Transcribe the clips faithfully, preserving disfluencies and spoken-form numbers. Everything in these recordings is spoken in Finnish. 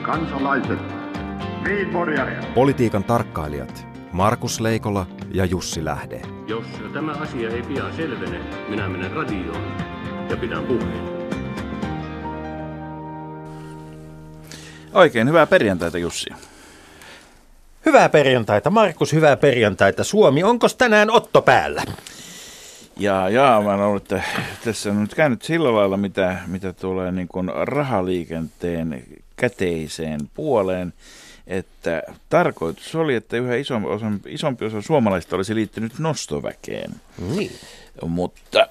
kansalaiset, politiikan tarkkailijat Markus Leikola ja Jussi Lähde. Jos tämä asia ei pian selvene, minä menen radioon ja pidän puheen. Oikein hyvää perjantaita, Jussi. Hyvää perjantaita, Markus, hyvää perjantaita. Suomi, onko tänään Otto päällä? Jaa, jaa, mä olen ollut, että tässä on nyt käynyt sillä lailla, mitä, mitä tulee niin kuin rahaliikenteen käteiseen puoleen, että tarkoitus oli, että yhä isompi osa, isompi osa suomalaisista olisi liittynyt nostoväkeen. Niin. Mutta,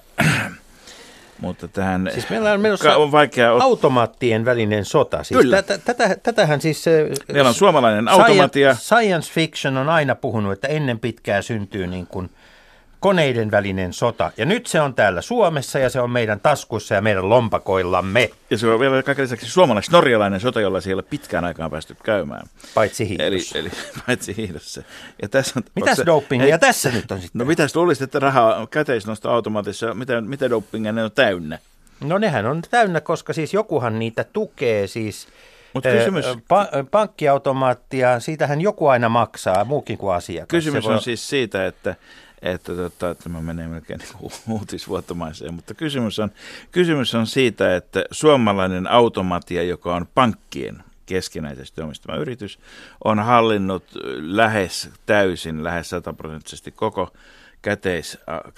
mutta tähän siis meillä on menossa on vaikea ot- automaattien välinen sota. Siis Kyllä. Tätä, tätä, tätähän siis meillä on suomalainen automatia. Science fiction on aina puhunut, että ennen pitkää syntyy niin kuin koneiden välinen sota. Ja nyt se on täällä Suomessa ja se on meidän taskuissa ja meidän lompakoillamme. Ja se on vielä kaiken lisäksi suomalais-norjalainen sota, jolla siellä pitkään aikaan päästy käymään. Paitsi hiihdossa. Eli, eli paitsi hiihdossa. Ja tässä on, mitäs se, dopingia ja tässä nyt on sitten? No mitäs luulisit, että rahaa käteisnosto-automaatissa, mitä, mitä dopingia ne on täynnä? No nehän on täynnä, koska siis jokuhan niitä tukee siis. Mutta kysymys, pa- pankkiautomaattia, siitähän joku aina maksaa, muukin kuin asiakas. Kysymys voi... on siis siitä, että että tota, tämä menee melkein uutisvuotomaiseen, mutta kysymys on, kysymys on siitä, että suomalainen automatia, joka on pankkien keskinäisesti omistama yritys, on hallinnut lähes täysin, lähes sataprosenttisesti koko käteis,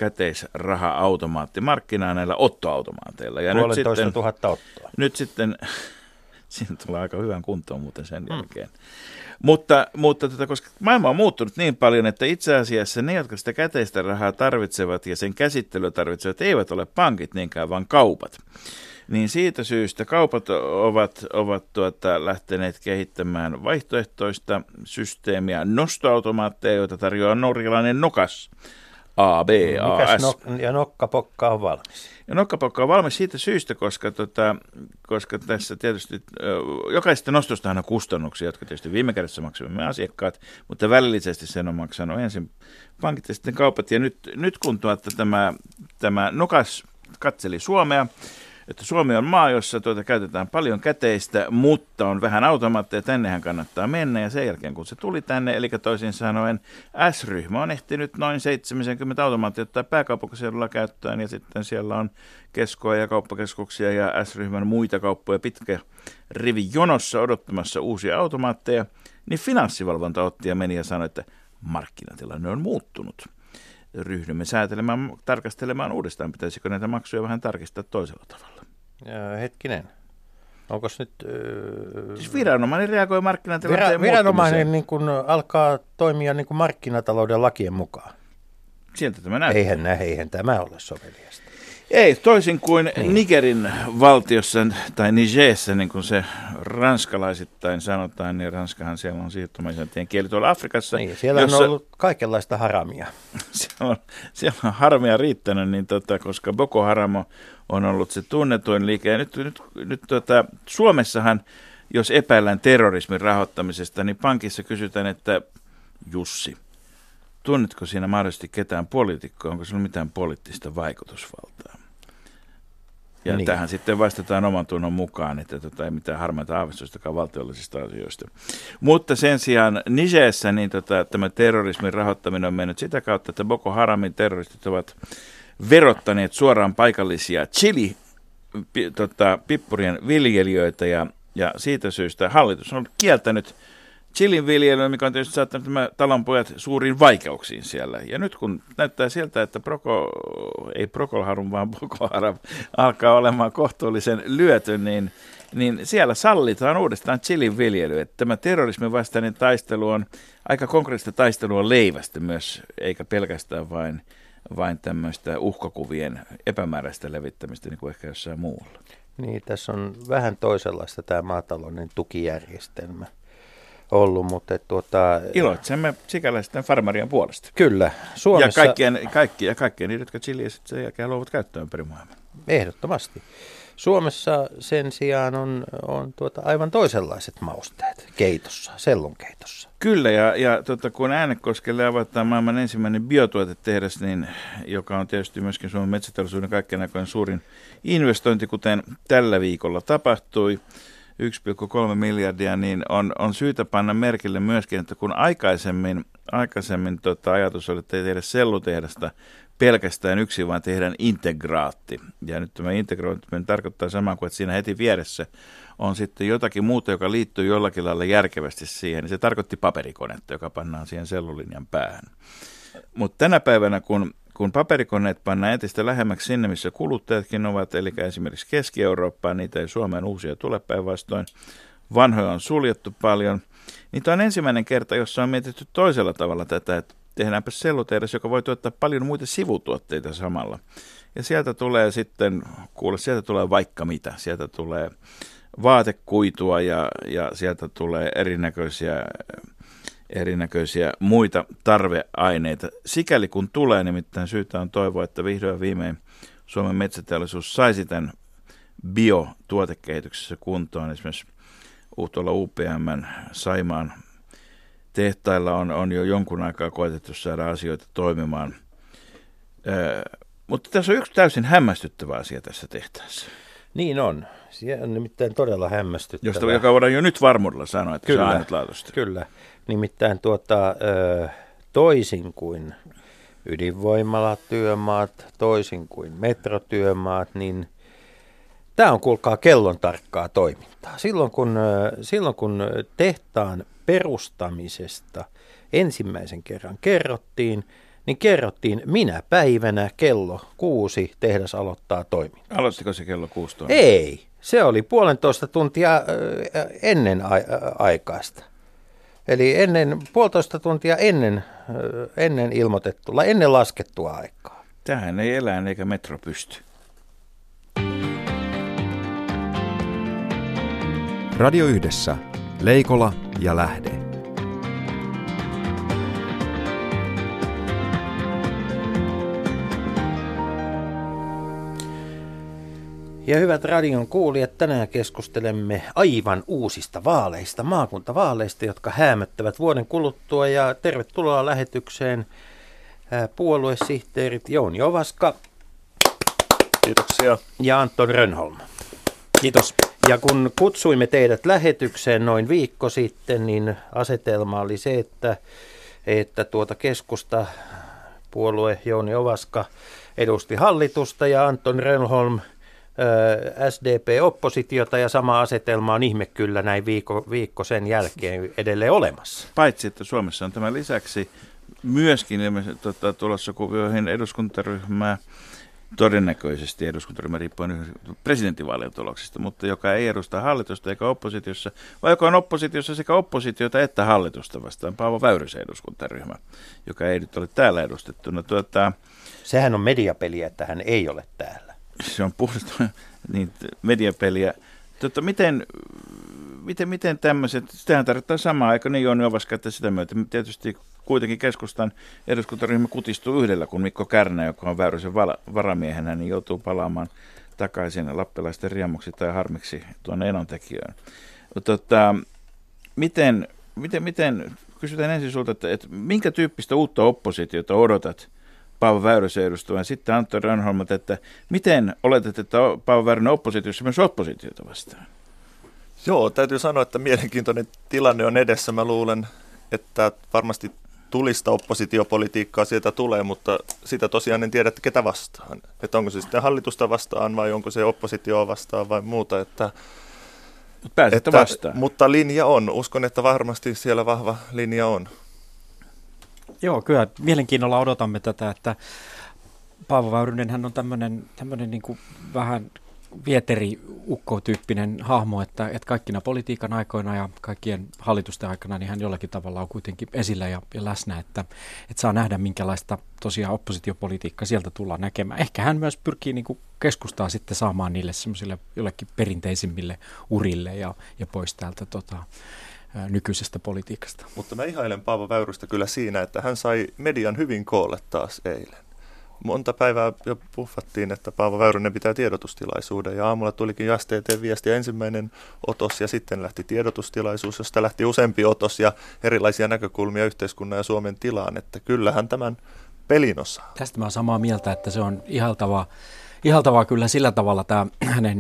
käteisraha-automaattimarkkinaa näillä ottoautomaateilla. Ja nyt sitten, tuhatta ottoa. Nyt sitten, siinä tulee aika hyvän kuntoon muuten sen jälkeen. Hmm. Mutta, mutta tota, koska maailma on muuttunut niin paljon, että itse asiassa ne, jotka sitä käteistä rahaa tarvitsevat ja sen käsittelyä tarvitsevat, eivät ole pankit niinkään, vaan kaupat. Niin siitä syystä kaupat ovat, ovat tuota, lähteneet kehittämään vaihtoehtoista systeemiä, nostoautomaatteja, joita tarjoaa norjalainen Nokas. A B A S. No, ja nokkapokka on valmis. Ja nokkapokka on valmis siitä syystä, koska, tota, koska tässä tietysti jokaisesta nostostahan on kustannuksia, jotka tietysti viime kädessä maksamme me asiakkaat, mutta välillisesti sen on maksanut ensin pankit ja sitten kaupat. Ja nyt, nyt kun tuota, tämä, tämä Nokas katseli Suomea, että Suomi on maa, jossa tuota käytetään paljon käteistä, mutta on vähän automaatteja, tännehän kannattaa mennä. Ja sen jälkeen, kun se tuli tänne, eli toisin sanoen S-ryhmä on ehtinyt noin seitsemänkymmentä automaattia ottaa pääkaupunkiseudulla käyttöön, ja sitten siellä on keskoja ja kauppakeskuksia ja S-ryhmän muita kauppoja pitkä rivi jonossa odottamassa uusia automaatteja, niin Finanssivalvonta otti ja meni ja sanoi, että markkinatilanne on muuttunut. Ryhdymme säätelemään, tarkastelemaan uudestaan. Pitäisikö näitä maksuja vähän tarkistaa toisella tavalla? Ja, hetkinen. Onko nyt... Öö... Siis viranomainen reagoi markkinatilanteen Vira- Viranomainen niin kun alkaa toimia niin kun markkinatalouden lakien mukaan. Sieltä tämä näyttää. Eihän, eihän tämä ole soveliasta. Ei, toisin kuin niin. Nigerin valtiossa tai Nigerssä, niin kuin se ranskalaisittain sanotaan, niin Ranskahan siellä on siirtomaisentien kieli tuolla Afrikassa. Niin, siellä jossa, on ollut kaikenlaista haramia. siellä, on, siellä on harmia riittänyt, niin tota, koska Boko Haram on ollut se tunnetuin liike. Ja nyt, nyt, nyt tota, Suomessahan, jos epäillään terrorismin rahoittamisesta, niin pankissa kysytään, että Jussi, tunnetko siinä mahdollisesti ketään poliitikkoa, onko sinulla mitään poliittista vaikutusvaltaa? Ja niin. Tähän sitten vastataan oman tunnon mukaan, että tota, ei mitään harmaita aavistustakaan valtiollisista asioista. Mutta sen sijaan Nigerssä niin tota, tämä terrorismin rahoittaminen on mennyt sitä kautta, että Boko Haramin terroristit ovat verottaneet suoraan paikallisia chili pi, tota, pippurien viljelijöitä, ja, ja siitä syystä hallitus on kieltänyt chilin viljelyä, mikä on tietysti saattanut nämä talonpojat suuriin vaikeuksiin siellä. Ja nyt kun näyttää siltä, että Proko, ei Procol Harum, vaan Boko Haram alkaa olemaan kohtuullisen lyöty, niin, niin siellä sallitaan uudestaan chilin viljely. Että tämä terrorismin vastainen taistelu on aika konkreettista taistelua leivästä myös, eikä pelkästään vain, vain tämmöistä uhkakuvien epämääräistä levittämistä, niin kuin ehkä jossain muualla. Niin, tässä on vähän toisenlaista tämä maatalouden tukijärjestelmä ollut, mutta tuota... Iloitsemme sikäläisten farmarien puolesta. Kyllä. Suomessa... Ja kaikkien, kaikki, ja kaikkien niitä, jotka chiliä sitten sen jälkeen haluavat käyttää ympäri maailman. Ehdottomasti. Suomessa sen sijaan on, on tuota aivan toisenlaiset mausteet keitossa, sellunkeitossa. Kyllä, ja, ja tuota, kun Äänekoskelle avataan maailman ensimmäinen biotuotetehdas, niin, joka on tietysti myöskin Suomen metsäteollisuuden kaikkien aikojen suurin investointi, kuten tällä viikolla tapahtui, yksi pilkku kolme miljardia, niin on, on syytä panna merkille myöskin, että kun aikaisemmin, aikaisemmin tota, ajatus oli, että ei tehdä sellutehdasta pelkästään yksin, vaan tehdään integraatti. Ja nyt tämä integraatti tarkoittaa samaa kuin, että siinä heti vieressä on sitten jotakin muuta, joka liittyy jollakin lailla järkevästi siihen. Se tarkoitti paperikonetta, joka pannaan siihen sellulinjan päähän. Mutta tänä päivänä, kun, kun paperikoneet pannaan entistä lähemmäksi sinne, missä kuluttajatkin ovat, eli esimerkiksi Keski-Eurooppaan, niitä ei Suomeen uusia tule päinvastoin, vanhoja on suljettu paljon, niin tämä on ensimmäinen kerta, jossa on mietitty toisella tavalla tätä, että tehdäänpä sellutehdas, joka voi tuottaa paljon muita sivutuotteita samalla. Ja sieltä tulee sitten, kuule, sieltä tulee vaikka mitä, sieltä tulee vaatekuitua ja, ja sieltä tulee erinäköisiä, erinäköisiä muita tarveaineita. Sikäli kun tulee, nimittäin syytä on toivoa, että vihdoin viimein Suomen metsäteollisuus saisi tämän biotuotekehityksessä kuntoon. Esimerkiksi tuolla U P M:n Saimaan tehtailla on, on jo jonkun aikaa koetettu saada asioita toimimaan. Ö, mutta tässä on yksi täysin hämmästyttävä asia tässä tehtaassa. Niin on. Se on nimittäin todella hämmästyttävää. Josta joka voidaan jo nyt varmuudella sanoa, että kyllä, se on ainutlaatuista. Kyllä. Nimittäin tuota, toisin kuin ydinvoimalatyömaat, toisin kuin metrotyömaat, niin tämä on kuulkaa kellon tarkkaa toimintaa. Silloin kun, silloin kun tehtaan perustamisesta ensimmäisen kerran kerrottiin, niin kerrottiin minä päivänä kello kuusi tehdas aloittaa toimintaa. Aloittiko se kello kuusi toimintaa? Ei, se oli puolentoista tuntia ennen aikaista. Eli ennen, puolitoista tuntia ennen, ennen ilmoitettua, ennen laskettua aikaa. Tähän ei eläin eikä metro pysty. Radio Yhdessä. Leikola ja Lähde. Ja hyvät radion kuulijat, tänään keskustelemme aivan uusista vaaleista, maakuntavaaleista, jotka häämöttävät vuoden kuluttua. Ja tervetuloa lähetykseen puoluesihteerit Jouni Ovaska. Kiitoksia. Ja Anton Rönnholm. Kiitos. Ja kun kutsuimme teidät lähetykseen noin viikko sitten, niin asetelma oli se, että, että tuota keskusta puolue Jouni Ovaska edusti hallitusta ja Anton Rönnholm S D P-oppositiota, ja sama asetelma on ihme kyllä näin viikko, viikko sen jälkeen edelleen olemassa. Paitsi, että Suomessa on tämän lisäksi myöskin tota, tulossa kuvioihin eduskuntaryhmää, todennäköisesti eduskuntaryhmä riippuen presidentinvaalien tuloksista, mutta joka ei edusta hallitusta eikä oppositiossa, vai joka on oppositiossa sekä oppositiota että hallitusta vastaan, Paavo Väyrysen eduskuntaryhmä, joka ei nyt ole täällä edustettuna. Tuota, Sehän on mediapeliä, että hän ei ole täällä. Se on puhdasta niin, mediapeliä. Tota, miten, miten, miten tämmöiset, sitähän tarvitaan samaan aikaan, niin Jouni Ovaska, että sitä myöten tietysti kuitenkin keskustan eduskuntaryhmä kutistuu yhdellä, kun Mikko Kärnä, joka on Väyrysen varamiehenä, niin joutuu palaamaan takaisin lappilaisten riemuksi tai harmiksi tuonne enontekijöön. Tota, miten, miten, miten, kysytään ensin sulta, että, että minkä tyyppistä uutta oppositiota odotat Paavo Väyrysen edustavan? Sitten Anton Rönnholm, että miten oletat, että Paavo Väyrynen oppositiossa myös oppositiota vastaan? Joo, täytyy sanoa, että mielenkiintoinen tilanne on edessä. Mä luulen, että varmasti tulista oppositiopolitiikkaa sieltä tulee, mutta sitä tosiaan en tiedä, että ketä vastaan. Että onko se sitten hallitusta vastaan vai onko se oppositioa vastaan vai muuta. Että, Pääsette että, vastaan. Mutta linja on. Uskon, että varmasti siellä vahva linja on. Joo, kyllä mielenkiinnolla odotamme tätä, että Paavo Väyrynen hän on tämmöinen, tämmöinen niin kuin vähän vieteri-ukko-tyyppinen hahmo, että, että kaikkina politiikan aikoina ja kaikkien hallitusten aikana niin hän jollakin tavalla on kuitenkin esillä ja, ja läsnä, että, että saa nähdä minkälaista tosiaan oppositiopolitiikkaa sieltä tullaan näkemään. Ehkä hän myös pyrkii niin kuin keskustaa sitten saamaan niille semmoisille jollekin perinteisimmille urille ja, ja pois täältä tota, nykyisestä politiikasta. Mutta mä ihailen Paavo Väyrystä kyllä siinä, että hän sai median hyvin koolle taas eilen. Monta päivää jo puffattiin, että Paavo Väyrynen pitää tiedotustilaisuuden ja aamulla tulikin S T T-viesti ja ensimmäinen otos ja sitten lähti tiedotustilaisuus, josta lähti useampi otos ja erilaisia näkökulmia yhteiskunnan ja Suomen tilaan, että kyllähän tämän pelin osaa. Tästä mä oon samaa mieltä, että se on ihaltavaa, ihaltavaa kyllä sillä tavalla tämä hänen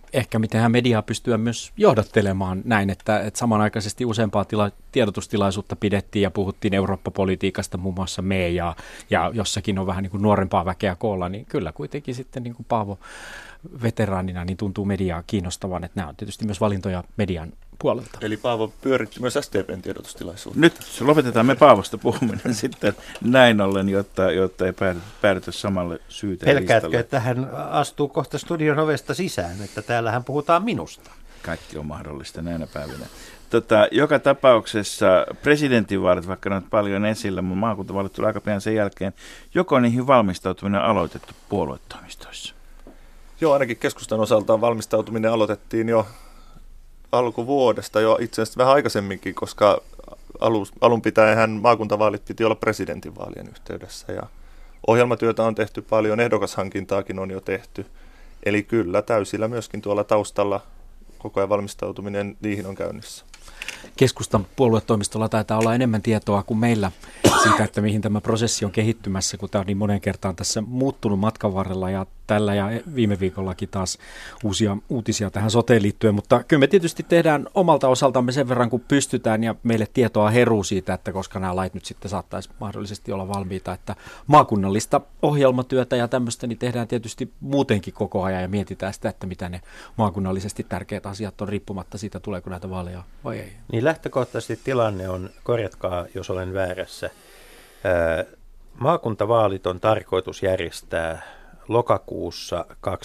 ehkä mitenhän mediaa pystyä myös johdattelemaan näin, että, että samanaikaisesti useampaa tila, tiedotustilaisuutta pidettiin ja puhuttiin Eurooppa-politiikasta muun muassa me ja, ja jossakin on vähän niin kuin nuorempaa väkeä koolla, niin kyllä kuitenkin sitten niin kuin Paavo veteraanina niin tuntuu mediaa kiinnostavan, että nämä on tietysti myös valintoja median puolelta. Eli Paavo pyöritti myös S D P:n tiedotustilaisuutta. Nyt lopetetaan me Paavosta puhuminen sitten näin ollen, jotta, jotta ei päädytä samalle syytelistalle. Pelkäätkö, että hän astuu kohta studion ovesta sisään, että täällähän puhutaan minusta? Kaikki on mahdollista näinä päivinä. Tota, joka tapauksessa presidentinvaalit, vaikka ne on paljon esillä, mutta maakuntavaalit tulee aika pian sen jälkeen. Joko niihin valmistautuminen on aloitettu puoluetoimistoissa? Joo, ainakin keskustan osalta valmistautuminen aloitettiin jo alkuvuodesta, jo itse asiassa vähän aikaisemminkin, koska alus, alun pitäen maakuntavaalit piti olla presidentinvaalien yhteydessä. Ja ohjelmatyötä on tehty paljon, ehdokashankintaakin on jo tehty. Eli kyllä täysillä myöskin tuolla taustalla koko ajan valmistautuminen niihin on käynnissä. Keskustan puoluetoimistolla taitaa olla enemmän tietoa kuin meillä siitä, että mihin tämä prosessi on kehittymässä, kun tämä on niin monen kertaan tässä muuttunut matkan varrella ja tällä ja viime viikollakin taas uusia uutisia tähän soteen liittyen, mutta kyllä me tietysti tehdään omalta osaltamme sen verran, kun pystytään ja meille tietoa heruu siitä, että koska nämä lait nyt sitten saattaisi mahdollisesti olla valmiita, että maakunnallista ohjelmatyötä ja tämmöistä niin tehdään tietysti muutenkin koko ajan ja mietitään sitä, että mitä ne maakunnallisesti tärkeät asiat on riippumatta siitä, tuleeko näitä vaaleja vai ei. Niin lähtökohtaisesti tilanne on, korjatkaa jos olen väärässä, ää, maakuntavaalit on tarkoitus järjestää lokakuussa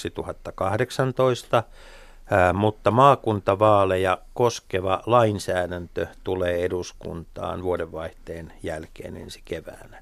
kaksituhattakahdeksantoista, ää, mutta maakuntavaaleja koskeva lainsäädäntö tulee eduskuntaan vuodenvaihteen jälkeen ensi keväänä.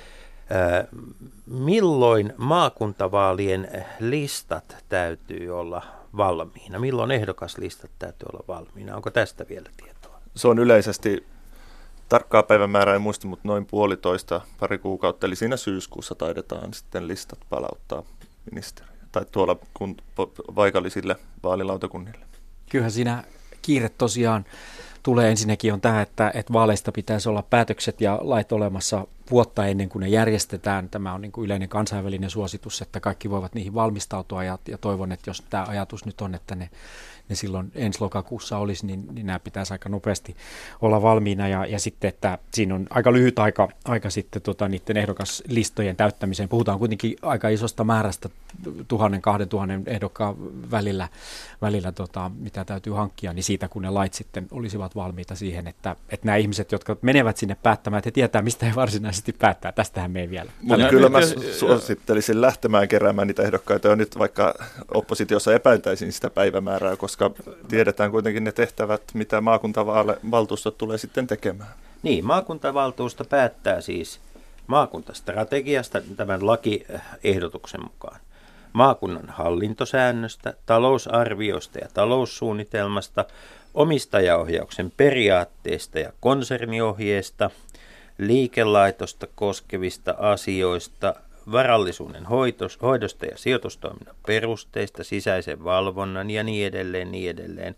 Ää, milloin maakuntavaalien listat täytyy olla valmiina? Milloin ehdokaslistat täytyy olla valmiina? Onko tästä vielä tietoa? Se on yleisesti, tarkkaa päivämäärää en muista, mutta noin puolitoista, pari kuukautta, eli siinä syyskuussa taidetaan sitten listat palauttaa ministeriöön tai tuolla kun, paikallisille vaalilautakunnille. Kyllähän siinä kiire tosiaan tulee. Ensinnäkin on tämä, että, että vaaleista pitäisi olla päätökset ja lait olemassa vuotta ennen kuin ne järjestetään. Tämä on niin kuin yleinen kansainvälinen suositus, että kaikki voivat niihin valmistautua ja, ja toivon, että jos tämä ajatus nyt on, että ne, ne silloin ensi lokakuussa olisi, niin, niin nämä pitäisi aika nopeasti olla valmiina ja, ja sitten, että siinä on aika lyhyt aika, aika sitten tota, niiden ehdokaslistojen täyttämiseen. Puhutaan kuitenkin aika isosta määrästä, tuhannen, kahden tuhannen ehdokkaan välillä, välillä tota, mitä täytyy hankkia, niin siitä kun ne lait sitten olisivat valmiita siihen, että, että nämä ihmiset, jotka menevät sinne päättämään, että he tietää, mistä he varsinaisesti päättää. Tästähän me ei vielä. Mutta kyllä mä suosittelisin lähtemään keräämään niitä ehdokkaita jo nyt, vaikka oppositiossa epäiltäisiin sitä päivämäärää, koska tiedetään kuitenkin ne tehtävät, mitä maakuntavaltuustot tulee sitten tekemään. Niin, maakuntavaltuusto päättää siis maakuntastrategiasta tämän lakiehdotuksen mukaan, maakunnan hallintosäännöstä, talousarviosta ja taloussuunnitelmasta, omistajaohjauksen periaatteista ja konserniohjeesta, liikelaitosta koskevista asioista, varallisuuden hoidosta ja sijoitustoiminnan perusteista, sisäisen valvonnan ja niin edelleen, niin edelleen.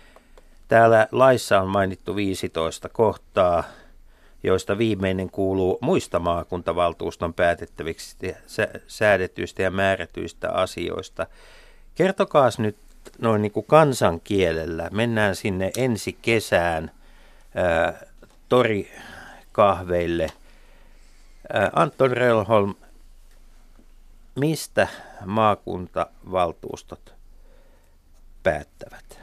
Täällä laissa on mainittu viisitoista kohtaa, joista viimeinen kuuluu muista maakuntavaltuuston päätettäviksi säädetyistä ja määrätyistä asioista. Kertokaas nyt noin niin kuin kansankielellä, mennään sinne ensi kesään ää, torikahveille. Ää, Anton Rönnholm, mistä maakuntavaltuustot päättävät?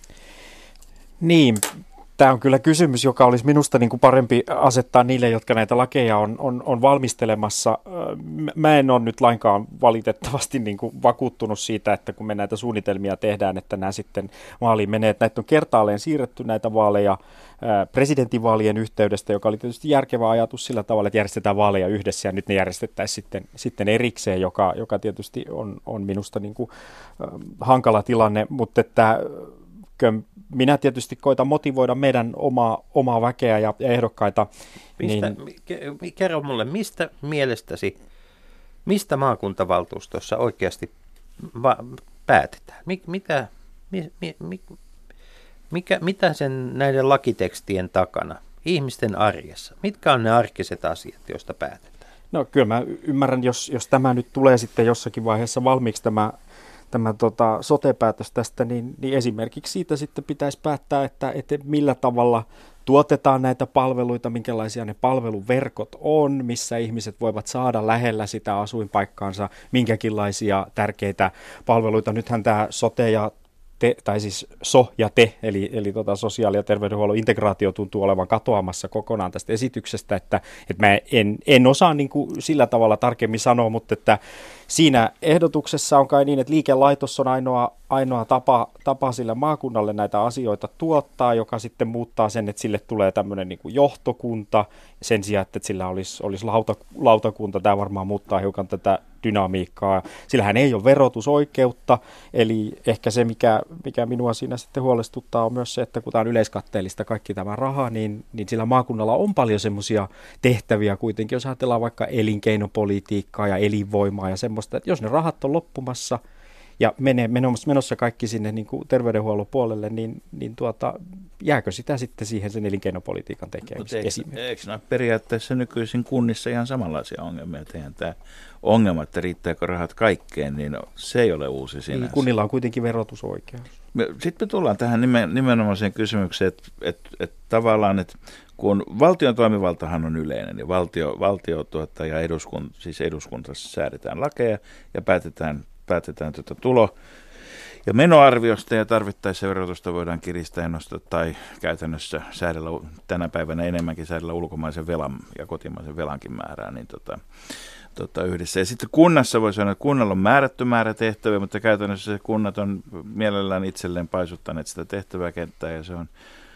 Niin, tämä on kyllä kysymys, joka olisi minusta niin kuin parempi asettaa niille, jotka näitä lakeja on, on, on valmistelemassa. Mä en ole nyt lainkaan valitettavasti niin kuin vakuuttunut siitä, että kun me näitä suunnitelmia tehdään, että nämä sitten maaliin menee. Että näitä on kertaalleen siirretty näitä vaaleja presidentinvaalien yhteydestä, joka oli tietysti järkevä ajatus sillä tavalla, että järjestetään vaaleja yhdessä ja nyt ne järjestettäisiin sitten, sitten erikseen, joka, joka tietysti on, on minusta niin kuin, äh, hankala tilanne, mutta että minä tietysti koitan motivoida meidän omaa, omaa väkeä ja, ja ehdokkaita. Mistä, niin, kerro mulle, mistä mielestäsi, mistä maakuntavaltuustossa oikeasti va- päätetään? Mik, mitä, mi, mi, mi, mikä, mitä sen näiden lakitekstien takana, ihmisten arjessa, mitkä on ne arkiset asiat, joista päätetään? No kyllä mä ymmärrän, jos, jos tämä nyt tulee sitten jossakin vaiheessa valmiiksi tämä tämä tota, sote-päätös tästä, niin, niin esimerkiksi siitä sitten pitäisi päättää, että, että millä tavalla tuotetaan näitä palveluita, minkälaisia ne palveluverkot on, missä ihmiset voivat saada lähellä sitä asuinpaikkaansa, minkäkinlaisia tärkeitä palveluita. Nythän tämä sote ja te, tai siis so ja te, eli, eli tota sosiaali- ja terveydenhuollon integraatio tuntuu olevan katoamassa kokonaan tästä esityksestä, että, että mä en, en osaa niin kuin sillä tavalla tarkemmin sanoa, mutta että siinä ehdotuksessa on kai niin, että liikelaitos on ainoa, ainoa tapa, tapa sille maakunnalle näitä asioita tuottaa, joka sitten muuttaa sen, että sille tulee tämmöinen niin kuin johtokunta sen sijaan, että sillä olisi, olisi lauta, lautakunta. Tämä varmaan muuttaa hiukan tätä dynamiikkaa. Sillähän ei ole verotusoikeutta, eli ehkä se, mikä, mikä minua siinä sitten huolestuttaa, on myös se, että kun tämä on yleiskatteellista kaikki tämä raha, niin, niin sillä maakunnalla on paljon semmoisia tehtäviä kuitenkin, jos ajatellaan vaikka elinkeinopolitiikkaa ja elinvoimaa ja semmoista, että jos ne rahat on loppumassa ja menee menossa kaikki sinne niin kuin terveydenhuollon puolelle, niin, niin tuota, jääkö sitä sitten siihen sen elinkeinopolitiikan tekemiseen? Eikö, eikö nämä periaatteessa nykyisin kunnissa ihan samanlaisia ongelmia? Eihän tämä ongelma, että riittääkö rahat kaikkeen, niin se ei ole uusi sinänsä. Niin, kunnilla on kuitenkin verotusoikeus. Sitten me tullaan tähän nimenomaiseen kysymykseen, että, että, että tavallaan, että kun valtion toimivaltahan on yleinen, niin valtio, valtio tuota, ja eduskunta, siis eduskuntassa säädetään lakeja ja päätetään, päätetään tuota tulo- ja menoarviosta ja tarvittaessa verotusta voidaan kiristää ja nostaa tai käytännössä säädellä tänä päivänä enemmänkin säädellä ulkomaisen velan ja kotimaisen velankin määrää, niin tota, tota yhdessä. Ja sitten kunnassa voi sanoa, että kunnalla on määrätty määrä tehtäviä, mutta käytännössä kunnat on mielellään itselleen paisuttaneet sitä tehtäväkenttää ja se on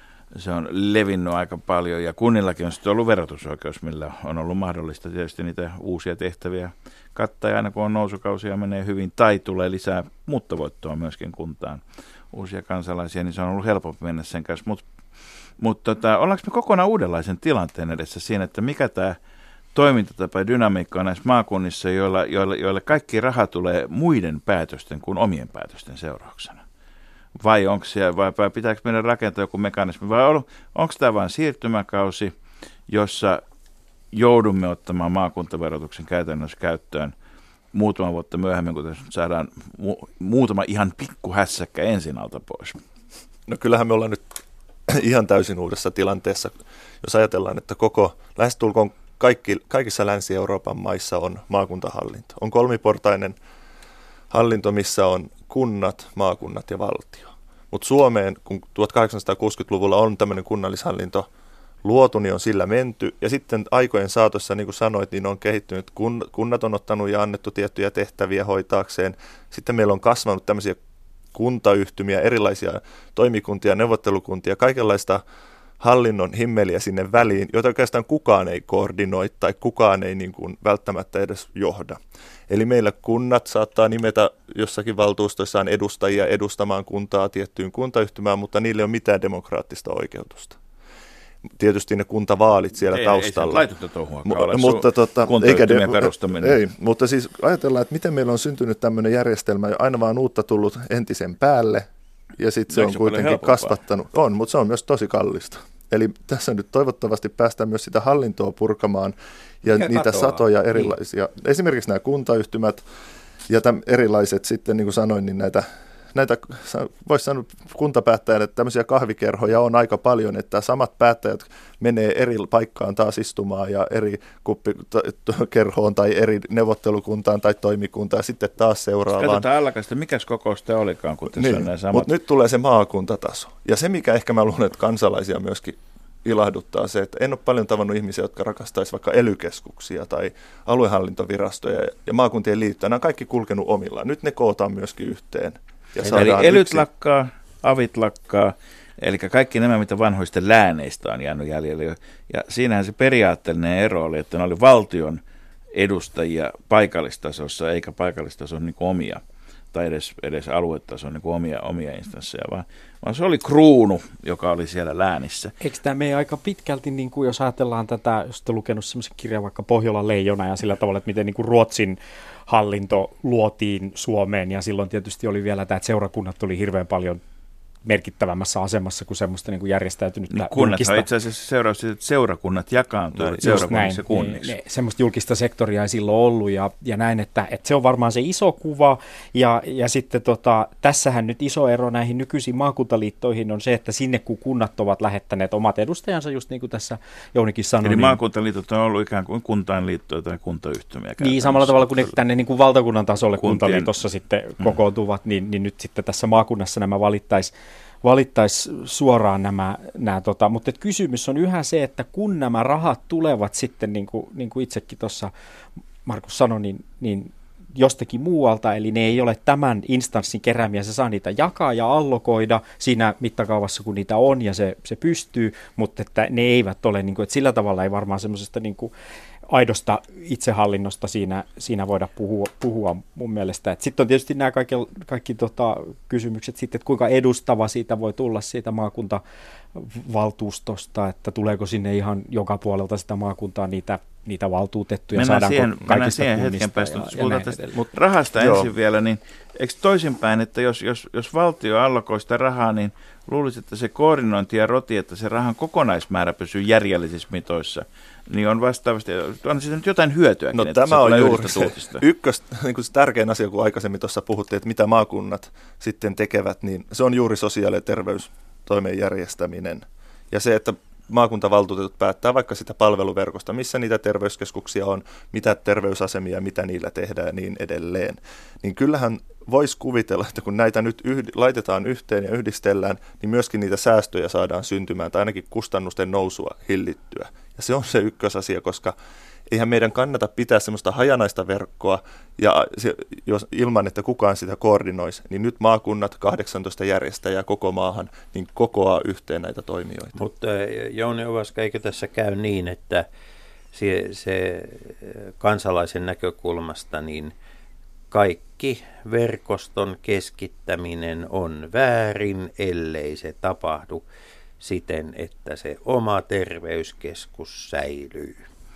Se on levinnyt aika paljon ja kunnillakin on sitten ollut verotusoikeus, millä on ollut mahdollista tietysti niitä uusia tehtäviä kattaa. Ja aina kun on nousukausia menee hyvin tai tulee lisää muuttovoittoa myöskin kuntaan uusia kansalaisia, niin se on ollut helpompi mennä sen kanssa. Mutta mut tota, ollaanko me kokonaan uudenlaisen tilanteen edessä siinä, että mikä tämä toimintatapa ja dynamiikka on näissä maakunnissa, joilla, joille, joille kaikki raha tulee muiden päätösten kuin omien päätösten seurauksena? Vai, onko siellä, vai, vai pitääkö meidän rakentaa joku mekanismi, vai on, onko tämä vain siirtymäkausi, jossa joudumme ottamaan maakuntaverotuksen käytännössä käyttöön muutama vuotta myöhemmin, kun saadaan mu- muutama ihan pikku hässäkkä ensin alta pois? No kyllähän me ollaan nyt ihan täysin uudessa tilanteessa, jos ajatellaan, että koko lähestulkoon kaikki, kaikissa Länsi-Euroopan maissa on maakuntahallinto. On kolmiportainen hallinto, missä on kunnat, maakunnat ja valtio. Mutta Suomeen, kun tuhatkahdeksansataakuusikymmentäluvulla on tämmöinen kunnallishallinto luotu, niin on sillä menty. Ja sitten aikojen saatossa, niin kuin sanoit, niin on kehittynyt, kun, kunnat on ottanut ja annettu tiettyjä tehtäviä hoitaakseen. Sitten meillä on kasvanut tämmöisiä kuntayhtymiä, erilaisia toimikuntia, neuvottelukuntia, kaikenlaista hallinnon himmeliä sinne väliin, jota oikeastaan kukaan ei koordinoi tai kukaan ei niin kuin välttämättä edes johda. Eli meillä kunnat saattaa nimetä jossakin valtuustoissaan edustajia edustamaan kuntaa tiettyyn kuntayhtymään, mutta niille ei ole mitään demokraattista oikeutusta. Tietysti ne kuntavaalit siellä ei, taustalla. Ei se laitonta touhua, M- mutta tota, kuntayhtymien de- perustaminen. Ei, mutta siis ajatellaan, että miten meillä on syntynyt tämmöinen järjestelmä, aina vaan uutta tullut entisen päälle, ja sitten se on kuitenkin kasvattanut. On, mutta se on myös tosi kallista. Eli tässä nyt toivottavasti päästään myös sitä hallintoa purkamaan ja Mikä niitä katoaa? satoja erilaisia. Niin. Esimerkiksi nämä kuntayhtymät ja täm, erilaiset sitten, niin kuin sanoin, niin näitä, näitä voisi sanoa kuntapäättäjät, että tämmöisiä kahvikerhoja on aika paljon, että samat päättäjät menee eri paikkaan taas istumaan ja eri kuppikerhoon tai eri neuvottelukuntaan tai toimikuntaan ja sitten taas seuraavaan. Katsotaan alkaista, mikäs kokous te olikaan, kun tässä niin, on nämä samat. Mutta nyt tulee se maakuntataso. Ja se, mikä ehkä mä luulen, että kansalaisia myöskin ilahduttaa se, että en ole paljon tavannut ihmisiä, jotka rakastaisivat vaikka ely keskuksia tai aluehallintovirastoja ja maakuntien liittoja. Nämä on kaikki kulkenut omillaan. Nyt ne kootaan myöskin yhteen. Ja eli elyt yksi... lakkaa, avit lakkaa, eli kaikki nämä, mitä vanhoista lääneistä on jäänyt jäljelle. Ja siinähän se periaatteellinen ero oli, että ne oli valtion edustajia paikallistasossa, eikä paikallistason niin kuin omia, tai edes, edes aluetason niin kuin omia, omia instansseja, vaan, vaan se oli kruunu, joka oli siellä läänissä. Eikö tämä mene aika pitkälti, niin kuin jos ajatellaan tätä, jos olette lukenut sellaisen kirjan vaikka Pohjolan leijona ja sillä tavalla, että miten niin kuin Ruotsin hallinto luotiin Suomeen ja silloin tietysti oli vielä tämä, että seurakunnat oli hirveän paljon merkittävämmässä asemassa kuin semmoista niin kuin järjestäytynyttä niin kunnat julkista. on itse asiassa seuraus siitä, että seurakunnat jakaantuvat no, seurakunnissa kunniksi. Ne, ne, semmoista julkista sektoria ei silloin ollut ja, ja näin, että, että se on varmaan se iso kuva ja, ja sitten tota, tässähän nyt iso ero näihin nykyisiin maakuntaliittoihin on se, että sinne kun kunnat ovat lähettäneet omat edustajansa, just niin kuin tässä Jounikin sanoi. Eli niin, maakuntaliitot on ollut ikään kuin kuntainliittoja tai kuntayhtymiä. Niin, samalla tavalla kuin ne tänne niin kuin valtakunnan tasolle kuntien kuntaliitossa sitten hmm. kokoontuvat, niin, niin nyt sitten tässä maakunnassa nämä valittaisi valittais suoraan nämä, nämä tota, mutta kysymys on yhä se, että kun nämä rahat tulevat sitten, niin kuin, niin kuin itsekin tuossa Markus sanoi, niin, niin jostakin muualta, eli ne ei ole tämän instanssin keräämiä, se saa niitä jakaa ja allokoida siinä mittakaavassa, kun niitä on ja se, se pystyy, mutta että ne eivät ole, niin kuin, että sillä tavalla ei varmaan semmoisesta niin kuin aidosta itsehallinnosta siinä, siinä voida puhua, puhua mun mielestä. Sitten on tietysti nämä kaikki, kaikki tota, kysymykset sitten, että kuinka edustava siitä voi tulla siitä maakuntavaltuustosta, että tuleeko sinne ihan joka puolelta sitä maakuntaa niitä, niitä valtuutettuja, mennään saadaanko siihen, kaikista siihen hetken päästä, ja, ja tästä, mutta rahasta joo. ensin vielä, niin eikö toisinpäin, että jos, jos, jos valtio allokoi sitä rahaa, niin luulisi, että se koordinointi ja roti, että se rahan kokonaismäärä pysyy järjellisissä mitoissa, niin on vastaavasti, on siitä nyt jotain hyötyäkin. No tämä on juuri se ykkös, niin kuin se tärkein asia, kun aikaisemmin tuossa puhuttiin, että mitä maakunnat sitten tekevät, niin se on juuri sosiaali- ja terveystoimen järjestäminen. Ja se, että maakuntavaltuutetut päättää vaikka sitä palveluverkosta, missä niitä terveyskeskuksia on, mitä terveysasemia, mitä niillä tehdään ja niin edelleen. Niin kyllähän voisi kuvitella, että kun näitä nyt yhd- laitetaan yhteen ja yhdistellään, niin myöskin niitä säästöjä saadaan syntymään tai ainakin kustannusten nousua hillittyä. Ja se on se ykkösasia, koska eihän meidän kannata pitää semmoista hajanaista verkkoa ja se, jos, ilman, että kukaan sitä koordinoisi, niin nyt maakunnat, kahdeksantoista järjestäjää koko maahan, niin kokoaa yhteen näitä toimijoita. Mutta Jouni Ovaska, eikö tässä käy niin, että se, se kansalaisen näkökulmasta niin kaikki verkoston keskittäminen on väärin, ellei se tapahdu siten, että se oma terveyskeskus säilyy?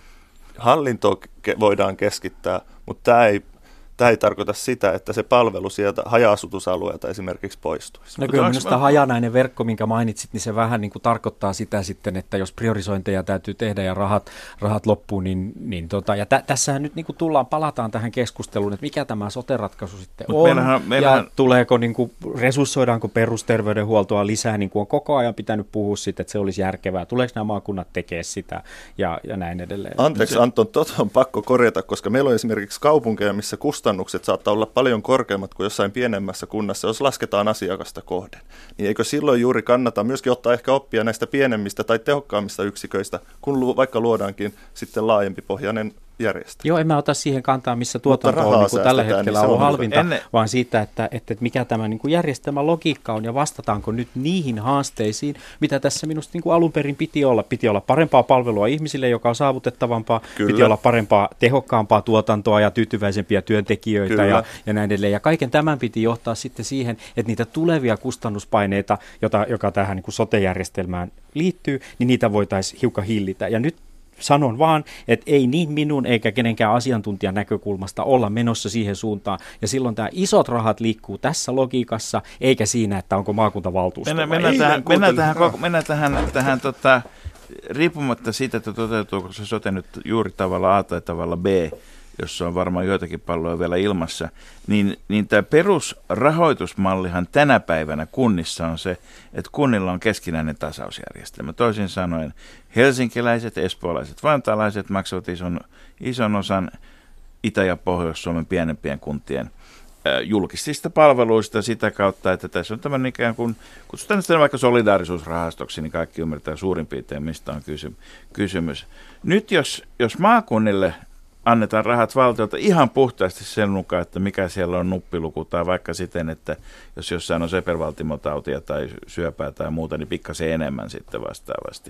Hallintoa voidaan keskittää, mutta tämä ei, tämä ei tarkoita sitä, että se palvelu sieltä haja-asutusalueelta esimerkiksi poistuisi. No kyllä minusta hajanainen verkko, minkä mainitsit, niin se vähän niin kuin tarkoittaa sitä sitten, että jos priorisointeja täytyy tehdä ja rahat, rahat loppuu, niin, niin tota, ja tä, tässähän nyt niin kuin tullaan, palataan tähän keskusteluun, että mikä tämä sote-ratkaisu sitten Mut on, meillähän, meillähän... ja tuleeko, niin kuin, resurssoidaanko perusterveydenhuoltoa lisää, niin kuin on koko ajan pitänyt puhua siitä, että se olisi järkevää, tuleeko nämä maakunnat tekemään sitä, ja, ja näin edelleen. Anteeksi Anton, tota on pakko korjata, koska meillä on esimerkiksi kaupunkeja, missä kustannukset saattaa olla paljon korkeammat kuin jossain pienemmässä kunnassa, jos lasketaan asiakasta kohden. Niin eikö silloin juuri kannata myöskin ottaa ehkä oppia näistä pienemmistä tai tehokkaammista yksiköistä, kun lu- vaikka luodaankin sitten laajempi pohjainen järjestää. Joo, en mä ota siihen kantaa, missä tuotanto on niin kuin tällä hetkellä niin on halvinta, ennen... vaan siitä, että, että mikä tämä niin kuin järjestelmän logiikka on ja vastataanko nyt niihin haasteisiin, mitä tässä minusta niin kuin alun perin piti olla. Piti olla parempaa palvelua ihmisille, joka on saavutettavampaa, Kyllä. piti olla parempaa, tehokkaampaa tuotantoa ja tyytyväisempiä työntekijöitä ja, ja näin edelleen. Ja kaiken tämän piti johtaa sitten siihen, että niitä tulevia kustannuspaineita, jota, joka tähän niin kuin sote-järjestelmään liittyy, niin niitä voitaisiin hiukan hillitä. Ja nyt sanon vaan, että ei niin minun eikä kenenkään asiantuntijan näkökulmasta olla menossa siihen suuntaan. Ja silloin tämä isot rahat liikkuu tässä logiikassa, eikä siinä, että onko maakuntavaltuusto. Mennään, mennään tähän, mennään tähän, mennään tähän, tähän tota, riippumatta siitä, että toteutuuko se sote nyt juuri tavalla A tai tavalla B, jossa on varmaan joitakin palloja vielä ilmassa, niin, niin tämä perusrahoitusmallihan tänä päivänä kunnissa on se, että kunnilla on keskinäinen tasausjärjestelmä. Toisin sanoen helsinkiläiset, espoolaiset, vantaalaiset maksavat ison, ison osan Itä- ja Pohjois-Suomen pienempien kuntien äh, julkisista palveluista sitä kautta, että tässä on tämmöinen ikään kuin, kutsutaan sitä vaikka solidaarisuusrahastoksi, niin kaikki ymmärtää suurin piirtein, mistä on kysy- kysymys. Nyt jos, jos maakunnille annetaan rahat valtiolta ihan puhtaasti sen mukaan, että mikä siellä on nuppiluku, tai vaikka siten, että jos jossain on sepelvaltimotautia tai syöpää tai muuta, niin pikkasen enemmän sitten vastaavasti.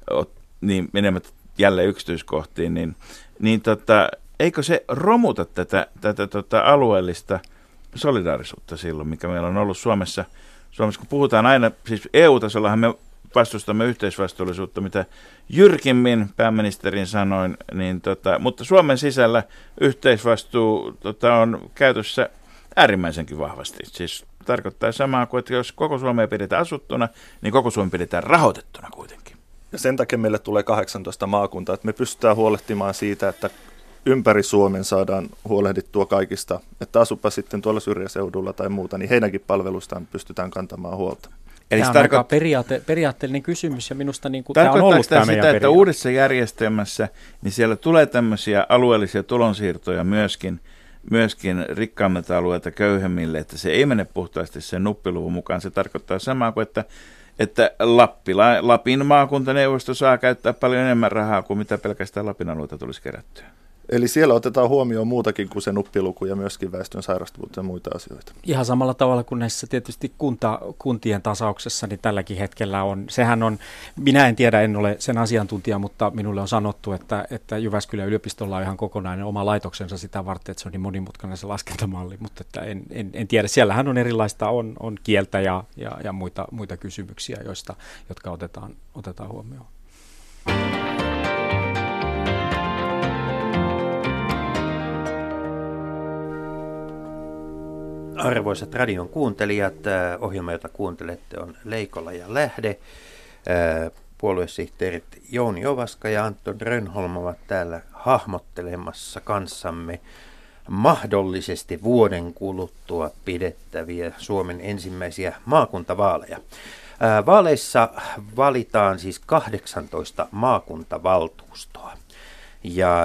Niin menemättä jälleen yksityiskohtiin, niin, niin tota, eikö se romuta tätä, tätä tota alueellista solidaarisuutta silloin, mikä meillä on ollut Suomessa. Suomessa kun puhutaan aina, siis E U-tasollahan me vastustamme yhteisvastuullisuutta, mitä jyrkimmin pääministerin sanoin, niin tota, mutta Suomen sisällä yhteisvastuu tota, on käytössä äärimmäisenkin vahvasti. Siis tarkoittaa samaa kuin, että jos koko Suomea pidetään asuttuna, niin koko Suomi pidetään rahoitettuna kuitenkin. Ja sen takia meille tulee kahdeksantoista maakuntaa, että me pystytään huolehtimaan siitä, että ympäri Suomen saadaan huolehdittua kaikista, että asupa sitten tuolla syrjäseudulla tai muuta, niin heidänkin palvelustaan pystytään kantamaan huolta. Eli tämä on tarkoit... aika periaate, periaatteellinen kysymys ja minusta niin kuin tämä on ollut tämä meidän sitä, että uudessa järjestelmässä niin siellä tulee tämmöisiä alueellisia tulonsiirtoja myöskin, myöskin rikkaammilta alueilta köyhemmille, että se ei mene puhtaasti sen nuppiluvun mukaan. Se tarkoittaa samaa kuin, että, että Lappi, Lapin maakuntaneuvosto saa käyttää paljon enemmän rahaa kuin mitä pelkästään Lapin alueelta tulisi kerättyä. Eli siellä otetaan huomioon muutakin kuin se nuppiluku ja myöskin väestön sairastavuutta ja muita asioita. Ihan samalla tavalla kuin näissä tietysti kunta, kuntien tasauksessa, niin tälläkin hetkellä on, sehän on, minä en tiedä, en ole sen asiantuntija, mutta minulle on sanottu, että, että Jyväskylän yliopistolla on ihan kokonainen oma laitoksensa sitä varten, että se on niin monimutkainen se laskentamalli, mutta että en, en, en tiedä, siellähän on erilaista, on, on kieltä ja, ja, ja muita, muita kysymyksiä, joista, jotka otetaan, otetaan huomioon. Arvoisat radion kuuntelijat, ohjelma, jota kuuntelette, on Leikola ja Lähde. Puoluesihteerit Jouni Ovaska ja Anton Rönnholm ovat täällä hahmottelemassa kanssamme mahdollisesti vuoden kuluttua pidettäviä Suomen ensimmäisiä maakuntavaaleja. Vaaleissa valitaan siis kahdeksantoista maakuntavaltuustoa. Ja